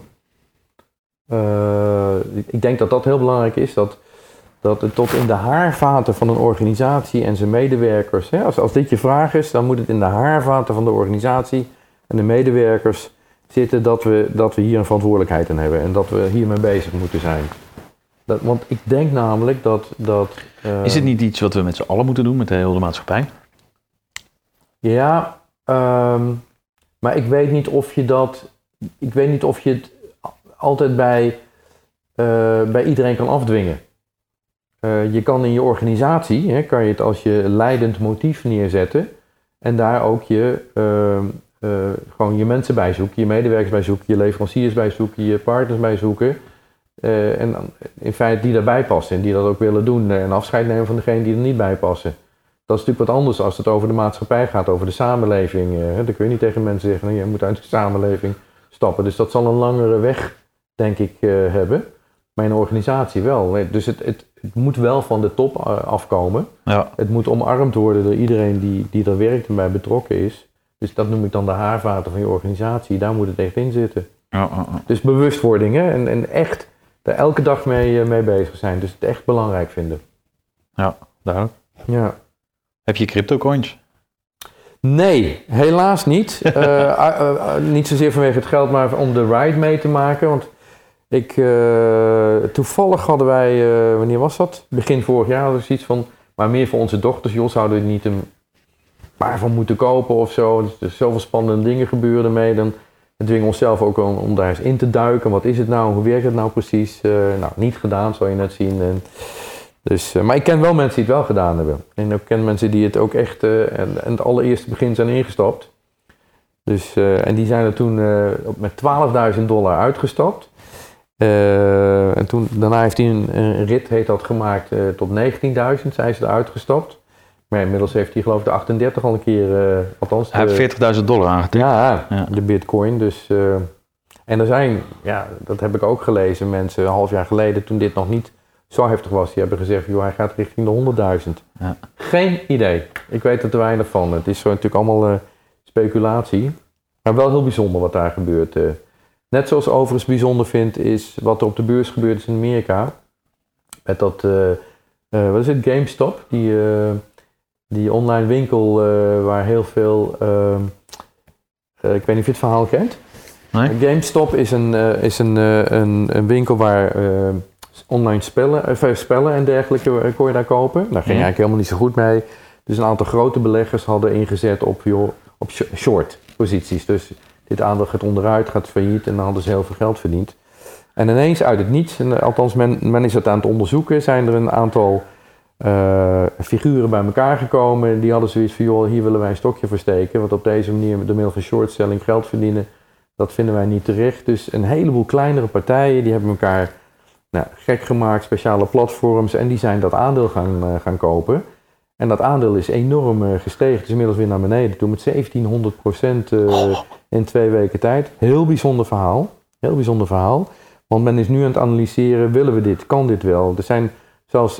Ik denk dat dat heel belangrijk is, dat het tot in de haarvaten van een organisatie en zijn medewerkers, als dit je vraag is, dan moet het in de haarvaten van de organisatie en de medewerkers zitten dat we hier een verantwoordelijkheid in hebben en dat we hiermee bezig moeten zijn. Want ik denk namelijk dat... Is het niet iets wat we met z'n allen moeten doen, met de hele maatschappij? Ja, maar ik weet niet of je het altijd bij iedereen kan afdwingen. Je kan in je organisatie, kan je het als je leidend motief neerzetten en daar ook gewoon je mensen bij zoeken, je medewerkers bij zoeken, je leveranciers bij zoeken, je partners bij zoeken. En in feite die daarbij passen en die dat ook willen doen en afscheid nemen van degenen die er niet bij passen. Dat is natuurlijk wat anders als het over de maatschappij gaat, over de samenleving. Dan kun je niet tegen mensen zeggen, je moet uit de samenleving stappen. Dus dat zal een langere weg, denk ik, hebben. Maar in een organisatie wel. Dus het moet wel van de top afkomen. Ja. Het moet omarmd worden door iedereen die er werkt en bij betrokken is. Dus dat noem ik dan de haarvaten van je organisatie. Daar moet het echt in zitten. Dus bewustwording, hè? En echt daar elke dag mee bezig zijn. Dus het echt belangrijk vinden. Ja, duidelijk. Ja. Heb je cryptocoins? Nee, helaas niet. Niet zozeer vanwege het geld, maar om de ride mee te maken. Want toevallig hadden wij, wanneer was dat? Begin vorig jaar hadden we zoiets van, maar meer voor onze dochters. Joh, zouden we niet een paar van moeten kopen of zo. Dus er zoveel spannende dingen gebeuren ermee. Dan dwingen we onszelf ook om daar eens in te duiken. Wat is het nou? Hoe werkt het nou precies? Niet gedaan, zal je net zien. Maar ik ken wel mensen die het wel gedaan hebben. En ik ken mensen die het ook echt en het allereerste begin zijn ingestapt. Dus, en die zijn er toen met $12.000 uitgestapt. En daarna heeft hij een rit, heet dat, gemaakt tot 19.000, zijn ze eruit gestapt. Maar inmiddels heeft hij geloof ik de 38 al een keer, althans... Hij heeft $40.000 aangetikt. Ja, de bitcoin. Dus, en er zijn, dat heb ik ook gelezen, mensen een half jaar geleden toen dit nog niet zo heftig was. Die hebben gezegd, joh, hij gaat richting de 100.000. Ja. Geen idee. Ik weet er te weinig van. Het is zo natuurlijk allemaal speculatie. Maar wel heel bijzonder wat daar gebeurt. Net zoals overigens bijzonder vind is wat er op de beurs gebeurd is in Amerika. Met dat, wat is het, GameStop? Die online winkel waar heel veel, ik weet niet of je het verhaal kent. Nee? GameStop is een winkel waar online spellen en dergelijke kon je daar kopen. Daar ging eigenlijk helemaal niet zo goed mee. Dus een aantal grote beleggers hadden ingezet op short posities. Dus dit aandeel gaat onderuit, gaat failliet en dan hadden ze heel veel geld verdiend. En ineens uit het niets, en althans men is het aan het onderzoeken, zijn er een aantal figuren bij elkaar gekomen. Die hadden zoiets van, joh, hier willen wij een stokje voor steken. Want op deze manier door middel van shortselling geld verdienen, dat vinden wij niet terecht. Dus een heleboel kleinere partijen, die hebben elkaar gek gemaakt, speciale platforms. En die zijn dat aandeel gaan kopen. En dat aandeel is enorm gestegen. Het is inmiddels weer naar beneden toe met 1700% in 2 weken tijd. Heel bijzonder verhaal. Want men is nu aan het analyseren, willen we dit, kan dit wel? Er zijn zelfs,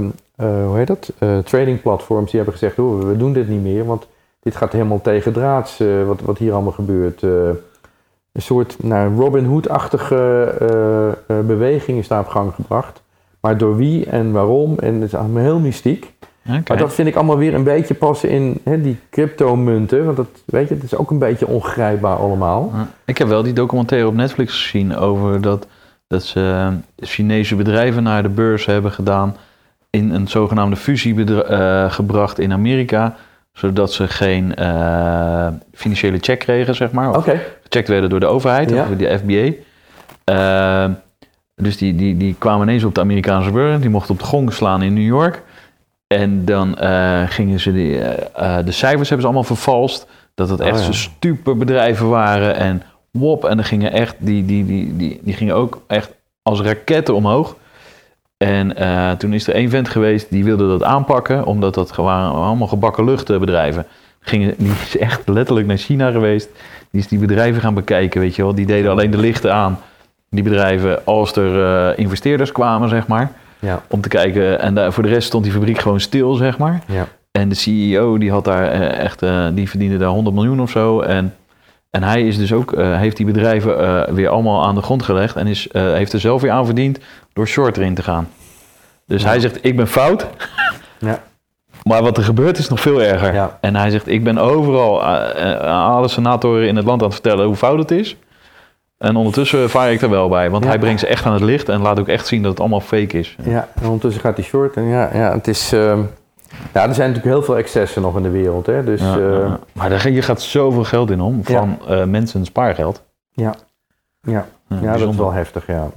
trading platforms die hebben gezegd, we doen dit niet meer. Want dit gaat helemaal tegen draads, wat hier allemaal gebeurt. Een soort Robin Hood-achtige beweging is daar op gang gebracht. Maar door wie en waarom, en het is allemaal heel mystiek. Okay. Maar dat vind ik allemaal weer een beetje passen in die cryptomunten. Want het is ook een beetje ongrijpbaar allemaal. Ik heb wel die documentaire op Netflix gezien over dat ze Chinese bedrijven naar de beurs hebben gedaan in een zogenaamde fusie gebracht in Amerika, zodat ze geen financiële check kregen, zeg maar. Of gecheckt werden door de overheid, of de FBA. Dus die kwamen ineens op de Amerikaanse burger. Die mochten op de gong slaan in New York. En dan gingen ze de cijfers hebben ze allemaal vervalst. Dat het echt zo stuper bedrijven waren. En en dan gingen echt, die gingen ook echt als raketten omhoog. En toen is er één vent geweest die wilde dat aanpakken, omdat dat gewoon allemaal gebakken luchtbedrijven. Die is echt letterlijk naar China geweest. Die is die bedrijven gaan bekijken, weet je wel. Die deden alleen de lichten aan, die bedrijven, als er investeerders kwamen, zeg maar. Ja. Om te kijken. En voor de rest stond die fabriek gewoon stil, zeg maar. Ja. En de CEO, die had daar die verdiende daar 100 miljoen of zo. En hij is dus ook, heeft die bedrijven weer allemaal aan de grond gelegd. En heeft er zelf weer aan verdiend door short erin te gaan. Dus hij zegt, ik ben fout. Ja. Maar wat er gebeurt is nog veel erger. Ja. En hij zegt, ik ben overal aan alle senatoren in het land aan het vertellen hoe fout het is. En ondertussen vaar ik er wel bij. Want hij brengt ze echt aan het licht en laat ook echt zien dat het allemaal fake is. Ja, en ondertussen gaat hij short. En het is... er zijn natuurlijk heel veel excessen nog in de wereld. Hè? Dus, Maar hier gaat zoveel geld in om, van mensen spaargeld. Ja, dat is wel heftig, ja.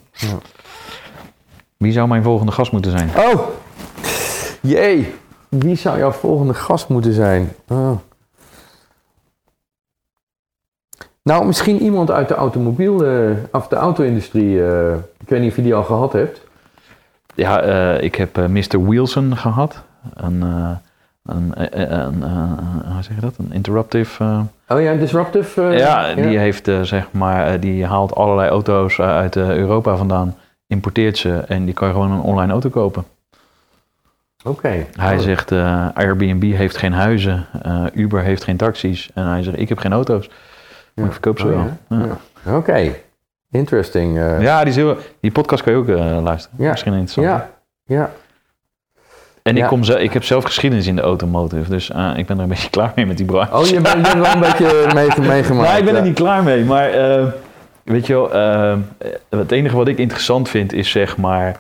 Wie zou mijn volgende gast moeten zijn? Oh, jee. Wie zou jouw volgende gast moeten zijn? Oh. Nou, misschien iemand uit de of de auto-industrie. Ik weet niet of je die al gehad hebt. Ja, ik heb Mr. Wilson gehad. Hoe zeg je dat? Een interruptive... een disruptive... die heeft, die haalt allerlei auto's uit Europa vandaan, importeert ze en die kan je gewoon een online auto kopen. Oké. Hij zegt, Airbnb heeft geen huizen, Uber heeft geen taxis. En hij zegt, ik heb geen auto's, maar ik verkoop ze wel. Ja. Oké. Interesting. Ja, die podcast kan je ook luisteren. Ja. Misschien interessant. Ja. En ik heb zelf geschiedenis in de automotive, dus ik ben er een beetje klaar mee met die branche. Oh, je bent er wel een beetje meegemaakt. Nee, ik ben er niet klaar mee, maar weet je wel, het enige wat ik interessant vind is zeg maar,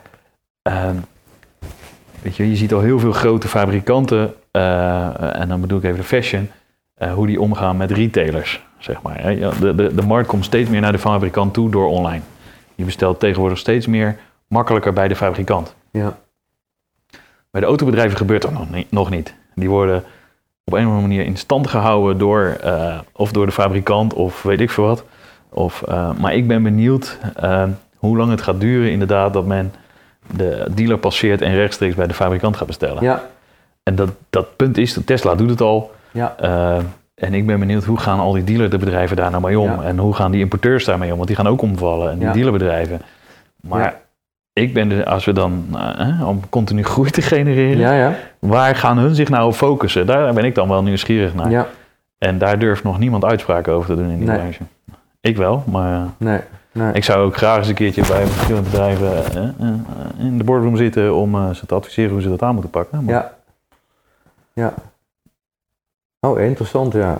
weet je ziet al heel veel grote fabrikanten, en dan bedoel ik even de fashion, hoe die omgaan met retailers, zeg maar. De markt komt steeds meer naar de fabrikant toe door online. Je bestelt tegenwoordig steeds meer makkelijker bij de fabrikant. Ja. Bij de autobedrijven gebeurt dat nog niet. Die worden op een of andere manier in stand gehouden door de fabrikant of weet ik veel wat. Maar ik ben benieuwd hoe lang het gaat duren inderdaad dat men de dealer passeert en rechtstreeks bij de fabrikant gaat bestellen. Ja. En dat punt is, Tesla doet het al. Ja. En ik ben benieuwd hoe gaan al die dealerbedrijven daar nou mee om. Ja. En hoe gaan die importeurs daarmee om, want die gaan ook omvallen. En die dealerbedrijven. Maar ik ben als we dan, om continu groei te genereren, waar gaan hun zich nou op focussen? Daar ben ik dan wel nieuwsgierig naar. Ja. En daar durft nog niemand uitspraken over te doen in die branche. Ik wel, maar ik zou ook graag eens een keertje bij verschillende bedrijven in de boardroom zitten om ze te adviseren hoe ze dat aan moeten pakken. Maar... Ja. Oh, interessant, ja.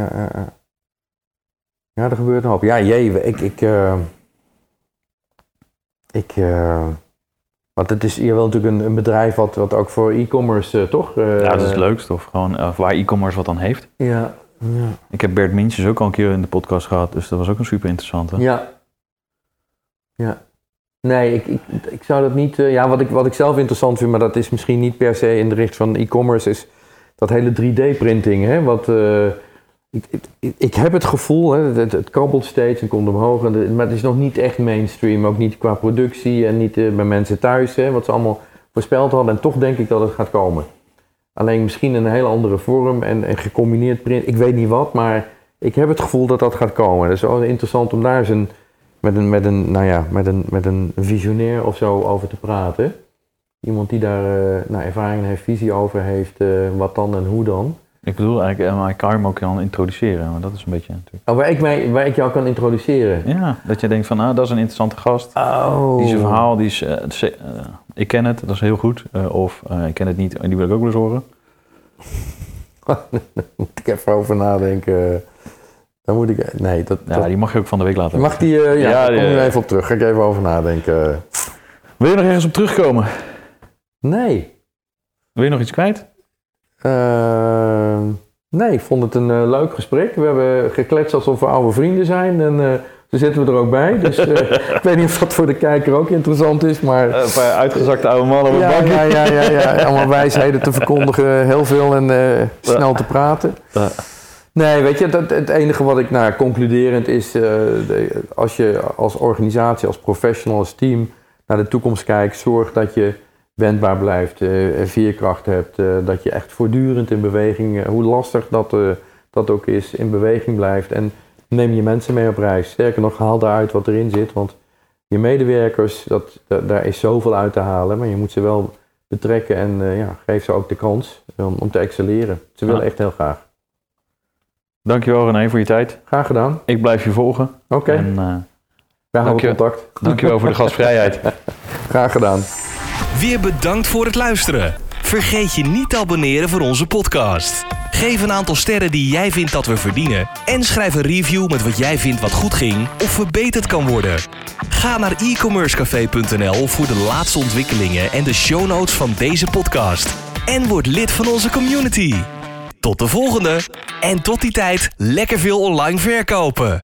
Ja, er gebeurt een hoop. Ja, want het is hier wel natuurlijk een bedrijf wat ook voor e-commerce, toch? Ja, dat is het leukst, of gewoon waar e-commerce wat dan heeft. Ja. Ik heb Bert Mintjes ook al een keer in de podcast gehad, dus dat was ook een super interessante. Ja. Nee, ik zou dat niet... wat ik zelf interessant vind, maar dat is misschien niet per se in de richting van e-commerce, is dat hele 3D-printing, hè, wat... Ik heb het gevoel, het kabbelt steeds en komt omhoog, maar het is nog niet echt mainstream, ook niet qua productie en niet bij mensen thuis, wat ze allemaal voorspeld hadden. En toch denk ik dat het gaat komen. Alleen misschien in een hele andere vorm en gecombineerd print, ik weet niet wat, maar ik heb het gevoel dat dat gaat komen. Het is wel interessant om daar eens met een visionair of zo over te praten. Iemand die daar ervaring heeft, visie over heeft, wat dan en hoe dan. Ik bedoel eigenlijk, ik kan hem ook kan introduceren, maar dat is een beetje natuurlijk... Waar ik jou kan introduceren? Ja, dat je denkt van, dat is een interessante gast. Oh. Die zijn verhaal, ik ken het, dat is heel goed. Of ik ken het niet, en die wil ik ook wel eens horen. Daar moet ik even over nadenken. Dan moet ik... Nee, die mag je ook van de week laten. Mag die... Daar kom je even op terug. Ga ik even over nadenken. Wil je nog ergens op terugkomen? Nee. Wil je nog iets kwijt? Nee, ik vond het een leuk gesprek. We hebben gekletst alsof we oude vrienden zijn. En toen zitten we er ook bij. Dus ik weet niet of dat voor de kijker ook interessant is. Maar Een paar uitgezakte oude mannen op een bankje. Ja. Allemaal wijsheden te verkondigen. Heel veel en snel te praten. Ja. Nee, weet je, het enige wat ik concluderend is... als je als organisatie, als professional, als team naar de toekomst kijkt... zorg dat je wendbaar blijft, veerkracht hebt, dat je echt voortdurend in beweging, hoe lastig dat ook is, in beweging blijft. En neem je mensen mee op reis. Sterker nog, haal daaruit wat erin zit, want je medewerkers, daar is zoveel uit te halen, maar je moet ze wel betrekken en geef ze ook de kans om te excelleren. Ze willen echt heel graag. Dankjewel René voor je tijd. Graag gedaan. Ik blijf je volgen. Oké. En We houden contact. dankjewel voor de gastvrijheid. Graag gedaan. Weer bedankt voor het luisteren. Vergeet je niet te abonneren voor onze podcast. Geef een aantal sterren die jij vindt dat we verdienen. En schrijf een review met wat jij vindt wat goed ging of verbeterd kan worden. Ga naar e-commercecafé.nl voor de laatste ontwikkelingen en de show notes van deze podcast. En word lid van onze community. Tot de volgende. En tot die tijd lekker veel online verkopen.